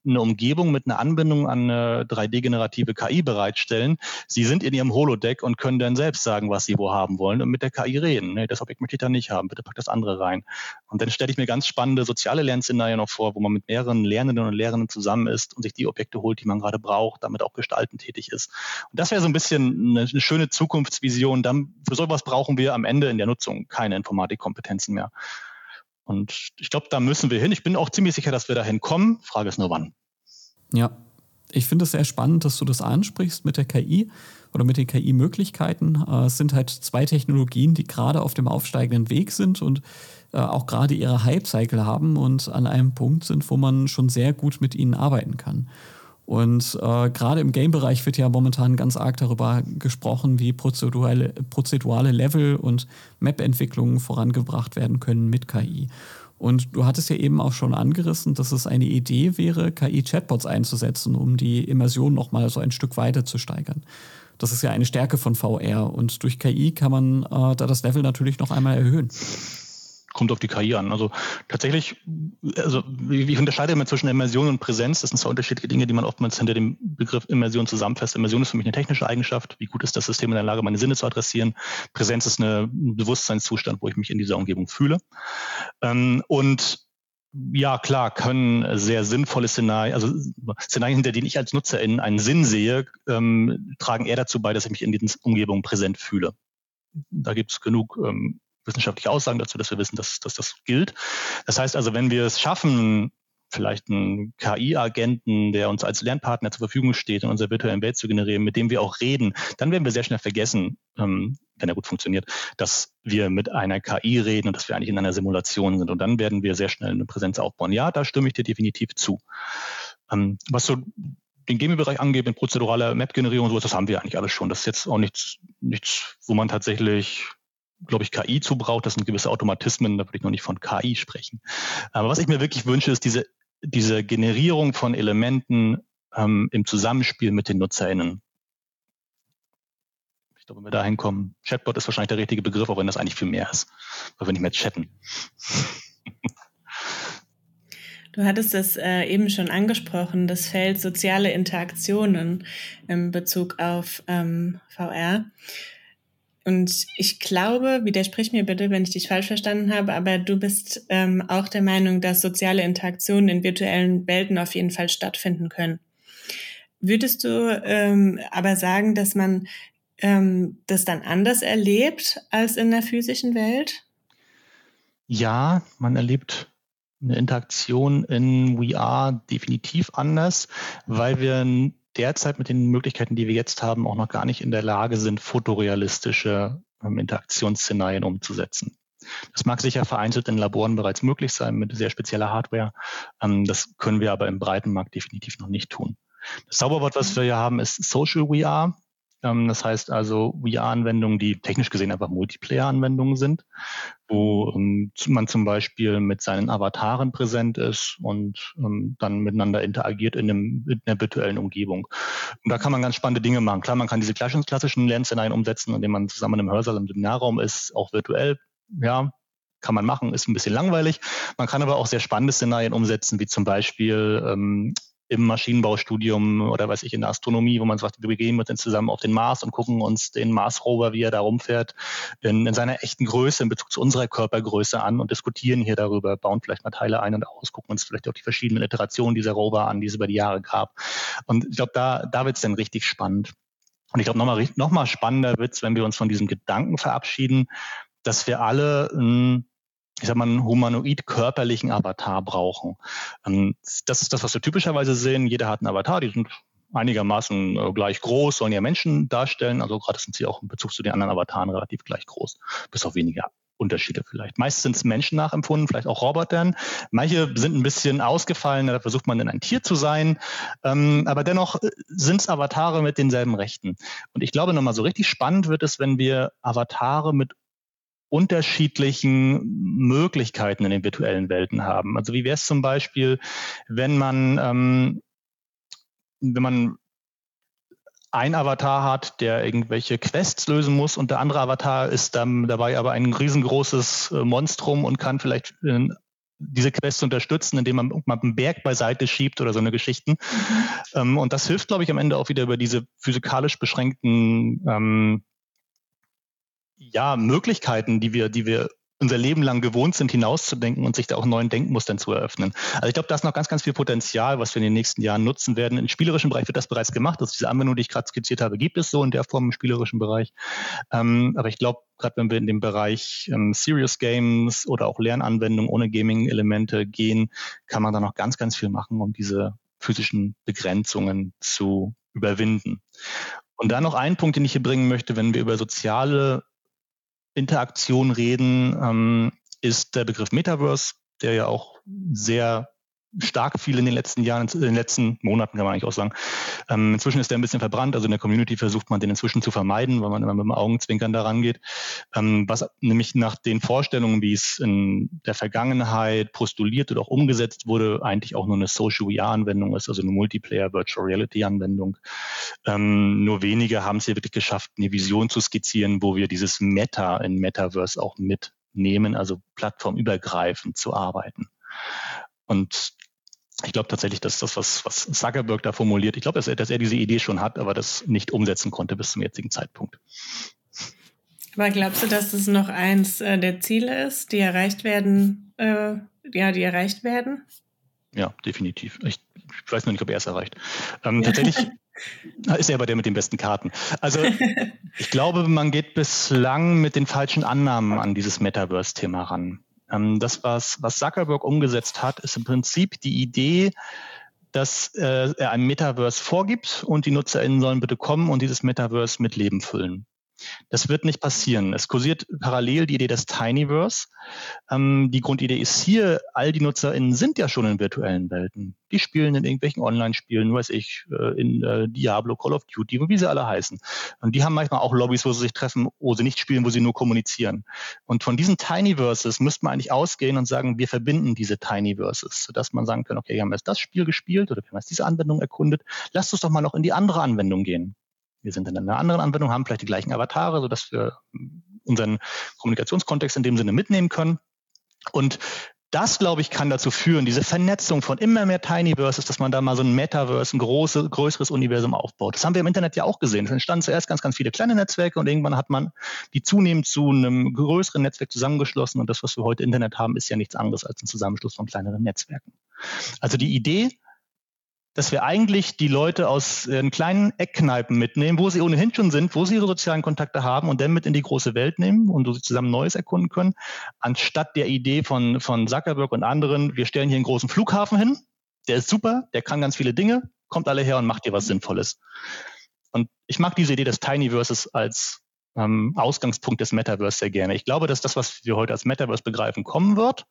eine Umgebung mit einer Anbindung an eine 3D-generative KI bereitstellen. Sie sind in Ihrem Holodeck und können dann selbst sagen, was Sie wo haben wollen und mit der KI reden. Nee, das Objekt möchte ich da nicht haben, bitte pack das andere rein. Und dann stelle ich mir ganz spannende soziale Lernszenarien noch vor, wo man mit mehreren Lernenden und Lehrenden zusammen ist und sich die Objekte holt, die man gerade braucht, damit auch gestaltend tätig ist. Und das wäre so ein bisschen eine schöne Zukunftsvision. Dann, für sowas brauchen wir am Ende in der Nutzung keine Informatikkompetenzen mehr. Und ich glaube, da müssen wir hin. Ich bin auch ziemlich sicher, dass wir dahin kommen. Frage ist nur, wann. Ja, ich finde es sehr spannend, dass du das ansprichst mit der KI oder mit den KI-Möglichkeiten. Es sind halt zwei Technologien, die gerade auf dem aufsteigenden Weg sind und auch gerade ihre Hype-Cycle haben und an einem Punkt sind, wo man schon sehr gut mit ihnen arbeiten kann. Und gerade im Game-Bereich wird ja momentan ganz arg darüber gesprochen, wie prozedurale Level- und Map-Entwicklungen vorangebracht werden können mit KI. Und du hattest ja eben auch schon angerissen, dass es eine Idee wäre, KI-Chatbots einzusetzen, um die Immersion nochmal so ein Stück weiter zu steigern. Das ist ja eine Stärke von VR und durch KI kann man da das Level natürlich noch einmal erhöhen. Kommt auf die KI an. Also tatsächlich, ich unterscheide immer zwischen Immersion und Präsenz. Das sind zwei unterschiedliche Dinge, die man oftmals hinter dem Begriff Immersion zusammenfasst. Immersion ist für mich eine technische Eigenschaft. Wie gut ist das System in der Lage, meine Sinne zu adressieren? Präsenz ist ein Bewusstseinszustand, wo ich mich in dieser Umgebung fühle. Und ja, klar, können sehr sinnvolle Szenarien, also Szenarien, hinter denen ich als Nutzerin einen Sinn sehe, tragen eher dazu bei, dass ich mich in diesen Umgebungen präsent fühle. Da gibt es genug wissenschaftliche Aussagen dazu, dass wir wissen, dass das gilt. Das heißt also, wenn wir es schaffen, vielleicht einen KI-Agenten, der uns als Lernpartner zur Verfügung steht, in unserer virtuellen Welt zu generieren, mit dem wir auch reden, dann werden wir sehr schnell vergessen, wenn er gut funktioniert, dass wir mit einer KI reden und dass wir eigentlich in einer Simulation sind. Und dann werden wir sehr schnell eine Präsenz aufbauen. Ja, da stimme ich dir definitiv zu. Was so den Gaming-Bereich angeht, mit prozeduraler Map-Generierung und sowas, das haben wir eigentlich alles schon. Das ist jetzt auch nichts, wo man tatsächlich, glaube ich, KI zu braucht. Das sind gewisse Automatismen, da würde ich noch nicht von KI sprechen. Aber was ich mir wirklich wünsche, ist diese Generierung von Elementen im Zusammenspiel mit den NutzerInnen. Ich glaube, wenn wir da hinkommen, Chatbot ist wahrscheinlich der richtige Begriff, auch wenn das eigentlich viel mehr ist, weil wir nicht mehr chatten. Du hattest das eben schon angesprochen, das Feld soziale Interaktionen in Bezug auf VR. Und ich glaube, widersprich mir bitte, wenn ich dich falsch verstanden habe, aber du bist auch der Meinung, dass soziale Interaktionen in virtuellen Welten auf jeden Fall stattfinden können. Würdest du aber sagen, dass man das dann anders erlebt als in der physischen Welt? Ja, man erlebt eine Interaktion in VR definitiv anders, weil wir derzeit mit den Möglichkeiten, die wir jetzt haben, auch noch gar nicht in der Lage sind, fotorealistische Interaktionsszenarien umzusetzen. Das mag sicher vereinzelt in Laboren bereits möglich sein mit sehr spezieller Hardware. Das können wir aber im breiten Markt definitiv noch nicht tun. Das Zauberwort, was wir hier haben, ist Social VR. Das heißt also VR-Anwendungen, die technisch gesehen einfach Multiplayer-Anwendungen sind, wo man zum Beispiel mit seinen Avataren präsent ist und dann miteinander interagiert in einer virtuellen Umgebung. Und da kann man ganz spannende Dinge machen. Klar, man kann diese klassischen Lernszenarien umsetzen, indem man zusammen im Hörsaal, im Seminarraum ist, auch virtuell. Ja, kann man machen, ist ein bisschen langweilig. Man kann aber auch sehr spannende Szenarien umsetzen, wie zum Beispiel im Maschinenbaustudium oder weiß ich, in der Astronomie, wo man sagt, wir begeben uns dann zusammen auf den Mars und gucken uns den Mars-Rover, wie er da rumfährt, in seiner echten Größe, in Bezug zu unserer Körpergröße an und diskutieren hier darüber, bauen vielleicht mal Teile ein und aus, gucken uns vielleicht auch die verschiedenen Iterationen dieser Rover an, die es über die Jahre gab. Und ich glaube, da wird es dann richtig spannend. Und ich glaube, noch mal spannender wird es, wenn wir uns von diesem Gedanken verabschieden, dass wir alle einen humanoid-körperlichen Avatar brauchen. Das ist das, was wir typischerweise sehen. Jeder hat einen Avatar, die sind einigermaßen gleich groß, sollen ja Menschen darstellen. Also gerade sind sie auch in Bezug zu den anderen Avataren relativ gleich groß, bis auf weniger Unterschiede vielleicht. Meist sind es Menschen nachempfunden, vielleicht auch Robotern. Manche sind ein bisschen ausgefallen, da versucht man dann ein Tier zu sein. Aber dennoch sind es Avatare mit denselben Rechten. Und ich glaube, nochmal so richtig spannend wird es, wenn wir Avatare mit unterschiedlichen Möglichkeiten in den virtuellen Welten haben. Also wie wäre es zum Beispiel, wenn man ein Avatar hat, der irgendwelche Quests lösen muss und der andere Avatar ist dann dabei aber ein riesengroßes Monstrum und kann vielleicht diese Quest zu unterstützen, indem man einen Berg beiseite schiebt oder so eine Geschichten. Und das hilft, glaube ich, am Ende auch wieder über diese physikalisch beschränkten Möglichkeiten, die wir unser Leben lang gewohnt sind, hinauszudenken und sich da auch neuen Denkmustern zu eröffnen. Also ich glaube, da ist noch ganz, ganz viel Potenzial, was wir in den nächsten Jahren nutzen werden. Im spielerischen Bereich wird das bereits gemacht. Also diese Anwendung, die ich gerade skizziert habe, gibt es so in der Form im spielerischen Bereich. Aber ich glaube, gerade wenn wir in den Bereich Serious Games oder auch Lernanwendungen ohne Gaming-Elemente gehen, kann man da noch ganz, ganz viel machen, um diese physischen Begrenzungen zu überwinden. Und dann noch ein Punkt, den ich hier bringen möchte, wenn wir über soziale Interaktion reden, ist der Begriff Metaverse, der ja auch sehr stark viel in den letzten Jahren, in den letzten Monaten kann man eigentlich auch sagen. Inzwischen ist der ein bisschen verbrannt, also in der Community versucht man den inzwischen zu vermeiden, weil man immer mit dem Augenzwinkern daran geht. Was nämlich nach den Vorstellungen, wie es in der Vergangenheit postuliert oder auch umgesetzt wurde, eigentlich auch nur eine Social VR-Anwendung ist, also eine Multiplayer Virtual Reality-Anwendung. Nur wenige haben es hier wirklich geschafft, eine Vision zu skizzieren, wo wir dieses Meta in Metaverse auch mitnehmen, also plattformübergreifend zu arbeiten. Und ich glaube tatsächlich, dass das, was Zuckerberg da formuliert, ich glaube, dass er diese Idee schon hat, aber das nicht umsetzen konnte bis zum jetzigen Zeitpunkt. Aber glaubst du, dass das noch eins der Ziele ist, die erreicht werden? Die erreicht werden? Ja, definitiv. Ich weiß noch nicht, ob er es erreicht. Tatsächlich ist er aber der mit den besten Karten. Also ich glaube, man geht bislang mit den falschen Annahmen an dieses Metaverse-Thema ran. Das, was Zuckerberg umgesetzt hat, ist im Prinzip die Idee, dass er ein Metaverse vorgibt und die NutzerInnen sollen bitte kommen und dieses Metaverse mit Leben füllen. Das wird nicht passieren. Es kursiert parallel die Idee des Tinyverse. Die Grundidee ist hier, all die NutzerInnen sind ja schon in virtuellen Welten. Die spielen in irgendwelchen Online-Spielen, weiß ich, in Diablo, Call of Duty, wie sie alle heißen. Und die haben manchmal auch Lobbys, wo sie sich treffen, wo sie nicht spielen, wo sie nur kommunizieren. Und von diesen Tinyverses müsste man eigentlich ausgehen und sagen, wir verbinden diese Tinyverses, sodass man sagen kann, okay, wir haben jetzt das Spiel gespielt oder wir haben jetzt diese Anwendung erkundet. Lasst uns doch mal noch in die andere Anwendung gehen. Wir sind in einer anderen Anwendung, haben vielleicht die gleichen Avatare, sodass wir unseren Kommunikationskontext in dem Sinne mitnehmen können. Und das, glaube ich, kann dazu führen, diese Vernetzung von immer mehr Tinyverses, dass man da mal so ein Metaverse, ein größeres Universum aufbaut. Das haben wir im Internet ja auch gesehen. Es entstanden zuerst ganz, ganz viele kleine Netzwerke und irgendwann hat man die zunehmend zu einem größeren Netzwerk zusammengeschlossen. Und das, was wir heute Internet haben, ist ja nichts anderes als ein Zusammenschluss von kleineren Netzwerken. Also die Idee, dass wir eigentlich die Leute aus kleinen Eckkneipen mitnehmen, wo sie ohnehin schon sind, wo sie ihre sozialen Kontakte haben und dann mit in die große Welt nehmen und wo sie zusammen Neues erkunden können, anstatt der Idee von Zuckerberg und anderen, wir stellen hier einen großen Flughafen hin, der ist super, der kann ganz viele Dinge, kommt alle her und macht hier was Sinnvolles. Und ich mag diese Idee des Tinyverses als Ausgangspunkt des Metaverse sehr gerne. Ich glaube, dass das, was wir heute als Metaverse begreifen, kommen wird,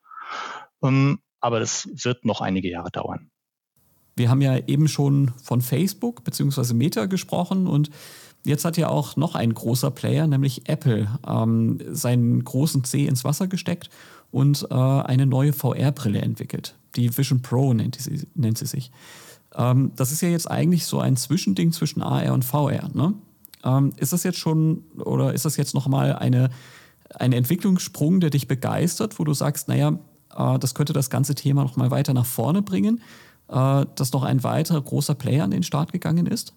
aber das wird noch einige Jahre dauern. Wir haben ja eben schon von Facebook bzw. Meta gesprochen und jetzt hat ja auch noch ein großer Player, nämlich Apple, seinen großen Zeh ins Wasser gesteckt und eine neue VR-Brille entwickelt. Die Vision Pro nennt sie sich. Das ist ja jetzt eigentlich so ein Zwischending zwischen AR und VR, ne? Ist das jetzt schon oder ist das jetzt nochmal ein Entwicklungssprung, der dich begeistert, wo du sagst, naja, das könnte das ganze Thema nochmal weiter nach vorne bringen? Dass noch ein weiterer großer Player an den Start gegangen ist?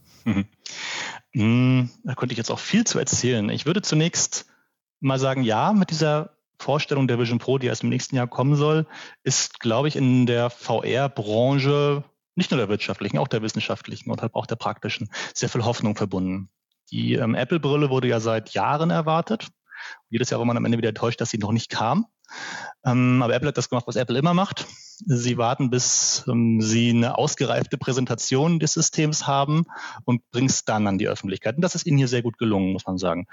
Da könnte ich jetzt auch viel zu erzählen. Ich würde zunächst mal sagen, ja, mit dieser Vorstellung der Vision Pro, die erst im nächsten Jahr kommen soll, ist, glaube ich, in der VR-Branche, nicht nur der wirtschaftlichen, auch der wissenschaftlichen und auch der praktischen, sehr viel Hoffnung verbunden. Die Apple-Brille wurde ja seit Jahren erwartet. Jedes Jahr war man am Ende wieder enttäuscht, dass sie noch nicht kam. Aber Apple hat das gemacht, was Apple immer macht. Sie warten, bis sie eine ausgereifte Präsentation des Systems haben und bringen es dann an die Öffentlichkeit. Und das ist ihnen hier sehr gut gelungen, muss man sagen.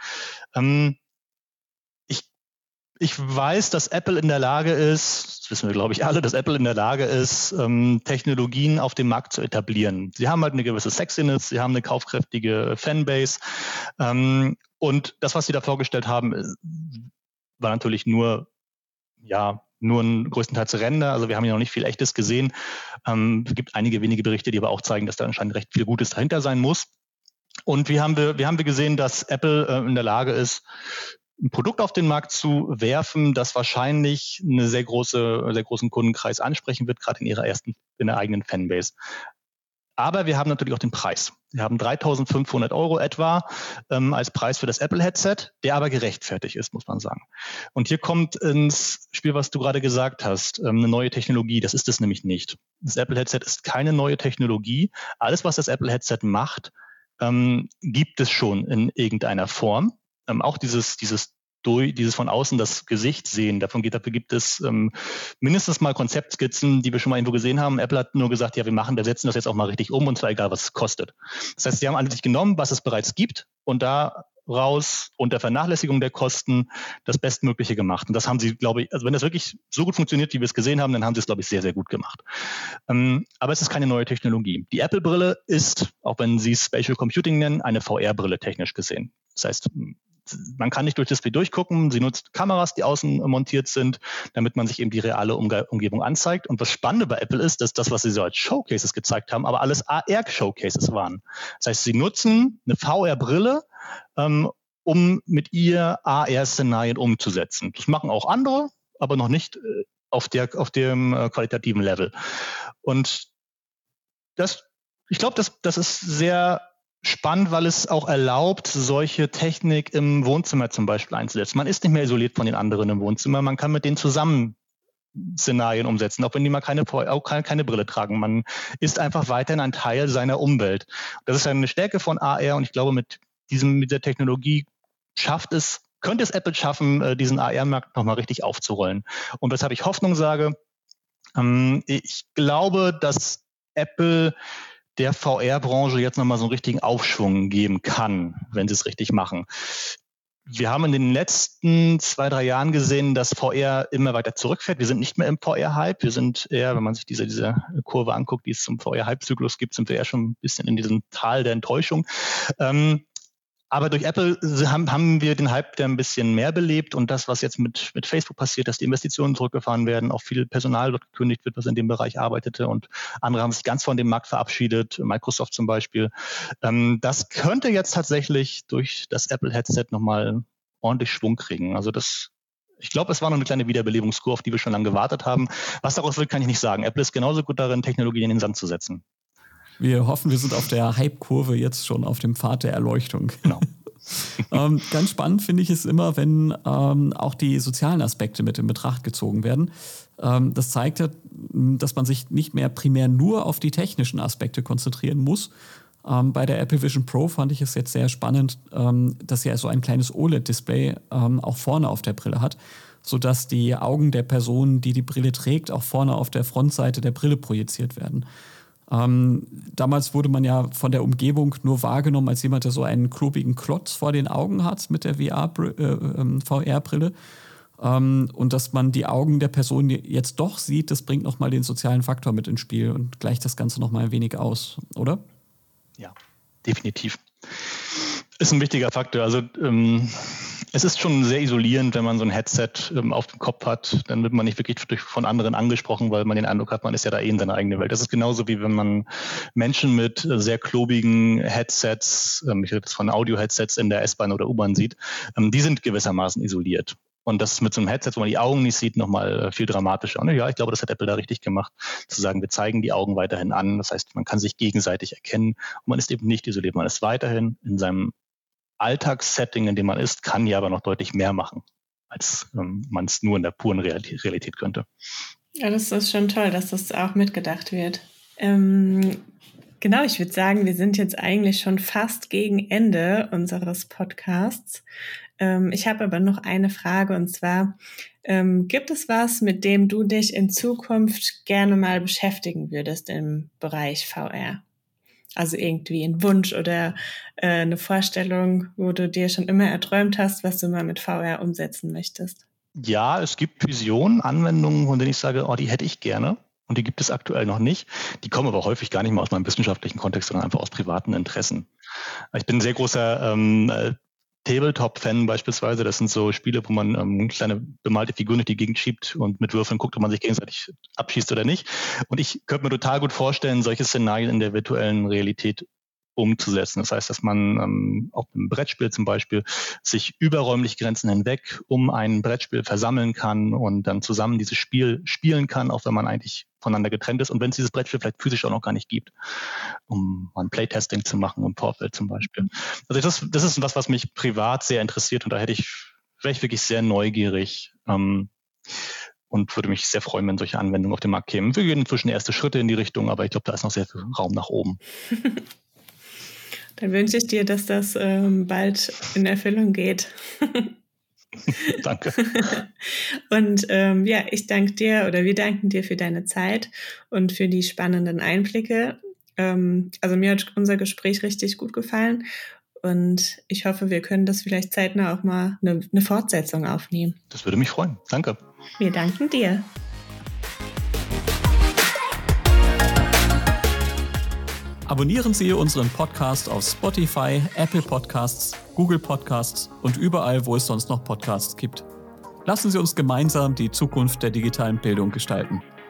Ich weiß, dass Apple in der Lage ist, das wissen wir, glaube ich, alle, dass Apple in der Lage ist, Technologien auf dem Markt zu etablieren. Sie haben halt eine gewisse Sexiness, sie haben eine kaufkräftige Fanbase. Und das, was sie da vorgestellt haben, war natürlich nur ein größtenteils Render. Also wir haben ja noch nicht viel Echtes gesehen. Es gibt einige wenige Berichte, die aber auch zeigen, dass da anscheinend recht viel Gutes dahinter sein muss. Und wie haben wir gesehen, dass Apple in der Lage ist, ein Produkt auf den Markt zu werfen, das wahrscheinlich einen sehr großen Kundenkreis ansprechen wird, gerade in der eigenen Fanbase. Aber wir haben natürlich auch den Preis. Wir haben 3.500 € etwa als Preis für das Apple-Headset, der aber gerechtfertigt ist, muss man sagen. Und hier kommt ins Spiel, was du gerade gesagt hast, eine neue Technologie. Das ist es nämlich nicht. Das Apple-Headset ist keine neue Technologie. Alles, was das Apple-Headset macht, gibt es schon in irgendeiner Form. Auch dieses von außen das Gesicht sehen. Dafür gibt es mindestens mal Konzeptskizzen, die wir schon mal irgendwo gesehen haben. Apple hat nur gesagt, ja, wir setzen das jetzt auch mal richtig um und zwar egal, was es kostet. Das heißt, sie haben eigentlich genommen, was es bereits gibt und daraus unter Vernachlässigung der Kosten das Bestmögliche gemacht. Und das haben sie, glaube ich, also wenn das wirklich so gut funktioniert, wie wir es gesehen haben, dann haben sie es, glaube ich, sehr, sehr gut gemacht. Aber es ist keine neue Technologie. Die Apple-Brille ist, auch wenn sie es Spatial Computing nennen, eine VR-Brille technisch gesehen. Das heißt, man kann nicht durch das Display durchgucken. Sie nutzt Kameras, die außen montiert sind, damit man sich eben die reale Umgebung anzeigt. Und das Spannende bei Apple ist, dass das, was sie so als Showcases gezeigt haben, aber alles AR-Showcases waren. Das heißt, sie nutzen eine VR-Brille, um mit ihr AR-Szenarien umzusetzen. Das machen auch andere, aber noch nicht auf dem qualitativen Level. Und ich glaube, das ist sehr spannend, weil es auch erlaubt, solche Technik im Wohnzimmer zum Beispiel einzusetzen. Man ist nicht mehr isoliert von den anderen im Wohnzimmer, man kann mit denen zusammen Szenarien umsetzen, auch wenn die mal keine Brille tragen. Man ist einfach weiterhin ein Teil seiner Umwelt. Das ist eine Stärke von AR und ich glaube, mit der Technologie könnte es Apple schaffen, diesen AR-Markt nochmal richtig aufzurollen. Und weshalb ich Hoffnung sage, ich glaube, dass Apple der VR-Branche jetzt nochmal so einen richtigen Aufschwung geben kann, wenn sie es richtig machen. Wir haben in den letzten 2-3 Jahren gesehen, dass VR immer weiter zurückfährt. Wir sind nicht mehr im VR-Hype. Wir sind eher, wenn man sich diese Kurve anguckt, die es zum VR-Hype-Zyklus gibt, sind wir eher schon ein bisschen in diesem Tal der Enttäuschung. Aber durch Apple haben wir den Hype ein bisschen mehr belebt und das, was jetzt mit Facebook passiert, dass die Investitionen zurückgefahren werden, auch viel Personal dort gekündigt wird, was in dem Bereich arbeitete und andere haben sich ganz von dem Markt verabschiedet, Microsoft zum Beispiel. Das könnte jetzt tatsächlich durch das Apple-Headset nochmal ordentlich Schwung kriegen. Also ich glaube, es war noch eine kleine Wiederbelebungskur, auf die wir schon lange gewartet haben. Was daraus wird, kann ich nicht sagen. Apple ist genauso gut darin, Technologien in den Sand zu setzen. Wir hoffen, wir sind auf der Hype-Kurve jetzt schon auf dem Pfad der Erleuchtung. Genau. Ganz spannend finde ich es immer, wenn auch die sozialen Aspekte mit in Betracht gezogen werden. Das zeigt ja, dass man sich nicht mehr primär nur auf die technischen Aspekte konzentrieren muss. Bei der Apple Vision Pro fand ich es jetzt sehr spannend, dass sie also ein kleines OLED-Display auch vorne auf der Brille hat, sodass die Augen der Person, die die Brille trägt, auch vorne auf der Frontseite der Brille projiziert werden. Damals wurde man ja von der Umgebung nur wahrgenommen als jemand, der so einen klobigen Klotz vor den Augen hat mit der VR-Brille. Und dass man die Augen der Person jetzt doch sieht, das bringt nochmal den sozialen Faktor mit ins Spiel und gleicht das Ganze nochmal ein wenig aus, oder? Ja, definitiv. Ist ein wichtiger Faktor. Also es ist schon sehr isolierend, wenn man so ein Headset auf dem Kopf hat. Dann wird man nicht wirklich von anderen angesprochen, weil man den Eindruck hat, man ist ja da in seiner eigenen Welt. Das ist genauso wie wenn man Menschen mit sehr klobigen Headsets, ich rede jetzt von Audio-Headsets in der S-Bahn oder U-Bahn sieht, die sind gewissermaßen isoliert. Und das ist mit so einem Headset, wo man die Augen nicht sieht, nochmal viel dramatischer. Und ja, ich glaube, das hat Apple da richtig gemacht, zu sagen, wir zeigen die Augen weiterhin an. Das heißt, man kann sich gegenseitig erkennen und man ist eben nicht isoliert. Man ist weiterhin in seinem Alltagssetting, in dem man ist, kann ja aber noch deutlich mehr machen, als man es nur in der puren Realität könnte. Ja, das ist schon toll, dass das auch mitgedacht wird. Genau, ich würde sagen, wir sind jetzt eigentlich schon fast gegen Ende unseres Podcasts. Ich habe aber noch eine Frage und zwar, gibt es was, mit dem du dich in Zukunft gerne mal beschäftigen würdest im Bereich VR? Also irgendwie ein Wunsch oder eine Vorstellung, wo du dir schon immer erträumt hast, was du mal mit VR umsetzen möchtest? Ja, es gibt Visionen, Anwendungen, von denen ich sage, die hätte ich gerne. Und die gibt es aktuell noch nicht. Die kommen aber häufig gar nicht mal aus meinem wissenschaftlichen Kontext, sondern einfach aus privaten Interessen. Ich bin ein sehr großer Tabletop-Fan beispielsweise. Das sind so Spiele, wo man kleine bemalte Figuren durch die Gegend schiebt und mit Würfeln guckt, ob man sich gegenseitig abschießt oder nicht. Und ich könnte mir total gut vorstellen, solche Szenarien in der virtuellen Realität umzusetzen. Das heißt, dass man auf einem Brettspiel zum Beispiel sich über räumliche Grenzen hinweg um ein Brettspiel versammeln kann und dann zusammen dieses Spiel spielen kann, auch wenn man eigentlich voneinander getrennt ist und wenn es dieses Brettspiel vielleicht physisch auch noch gar nicht gibt, um mal ein Playtesting zu machen im Vorfeld zum Beispiel. Also das ist was mich privat sehr interessiert und da wäre ich wirklich sehr neugierig und würde mich sehr freuen, wenn solche Anwendungen auf den Markt kämen. Wir gehen inzwischen erste Schritte in die Richtung, aber ich glaube, da ist noch sehr viel Raum nach oben. Dann wünsche ich dir, dass das bald in Erfüllung geht. Danke. Und ich danke dir oder wir danken dir für deine Zeit und für die spannenden Einblicke. Also mir hat unser Gespräch richtig gut gefallen und ich hoffe, wir können das vielleicht zeitnah auch mal eine Fortsetzung aufnehmen. Das würde mich freuen. Danke. Wir danken dir. Abonnieren Sie unseren Podcast auf Spotify, Apple Podcasts, Google Podcasts und überall, wo es sonst noch Podcasts gibt. Lassen Sie uns gemeinsam die Zukunft der digitalen Bildung gestalten.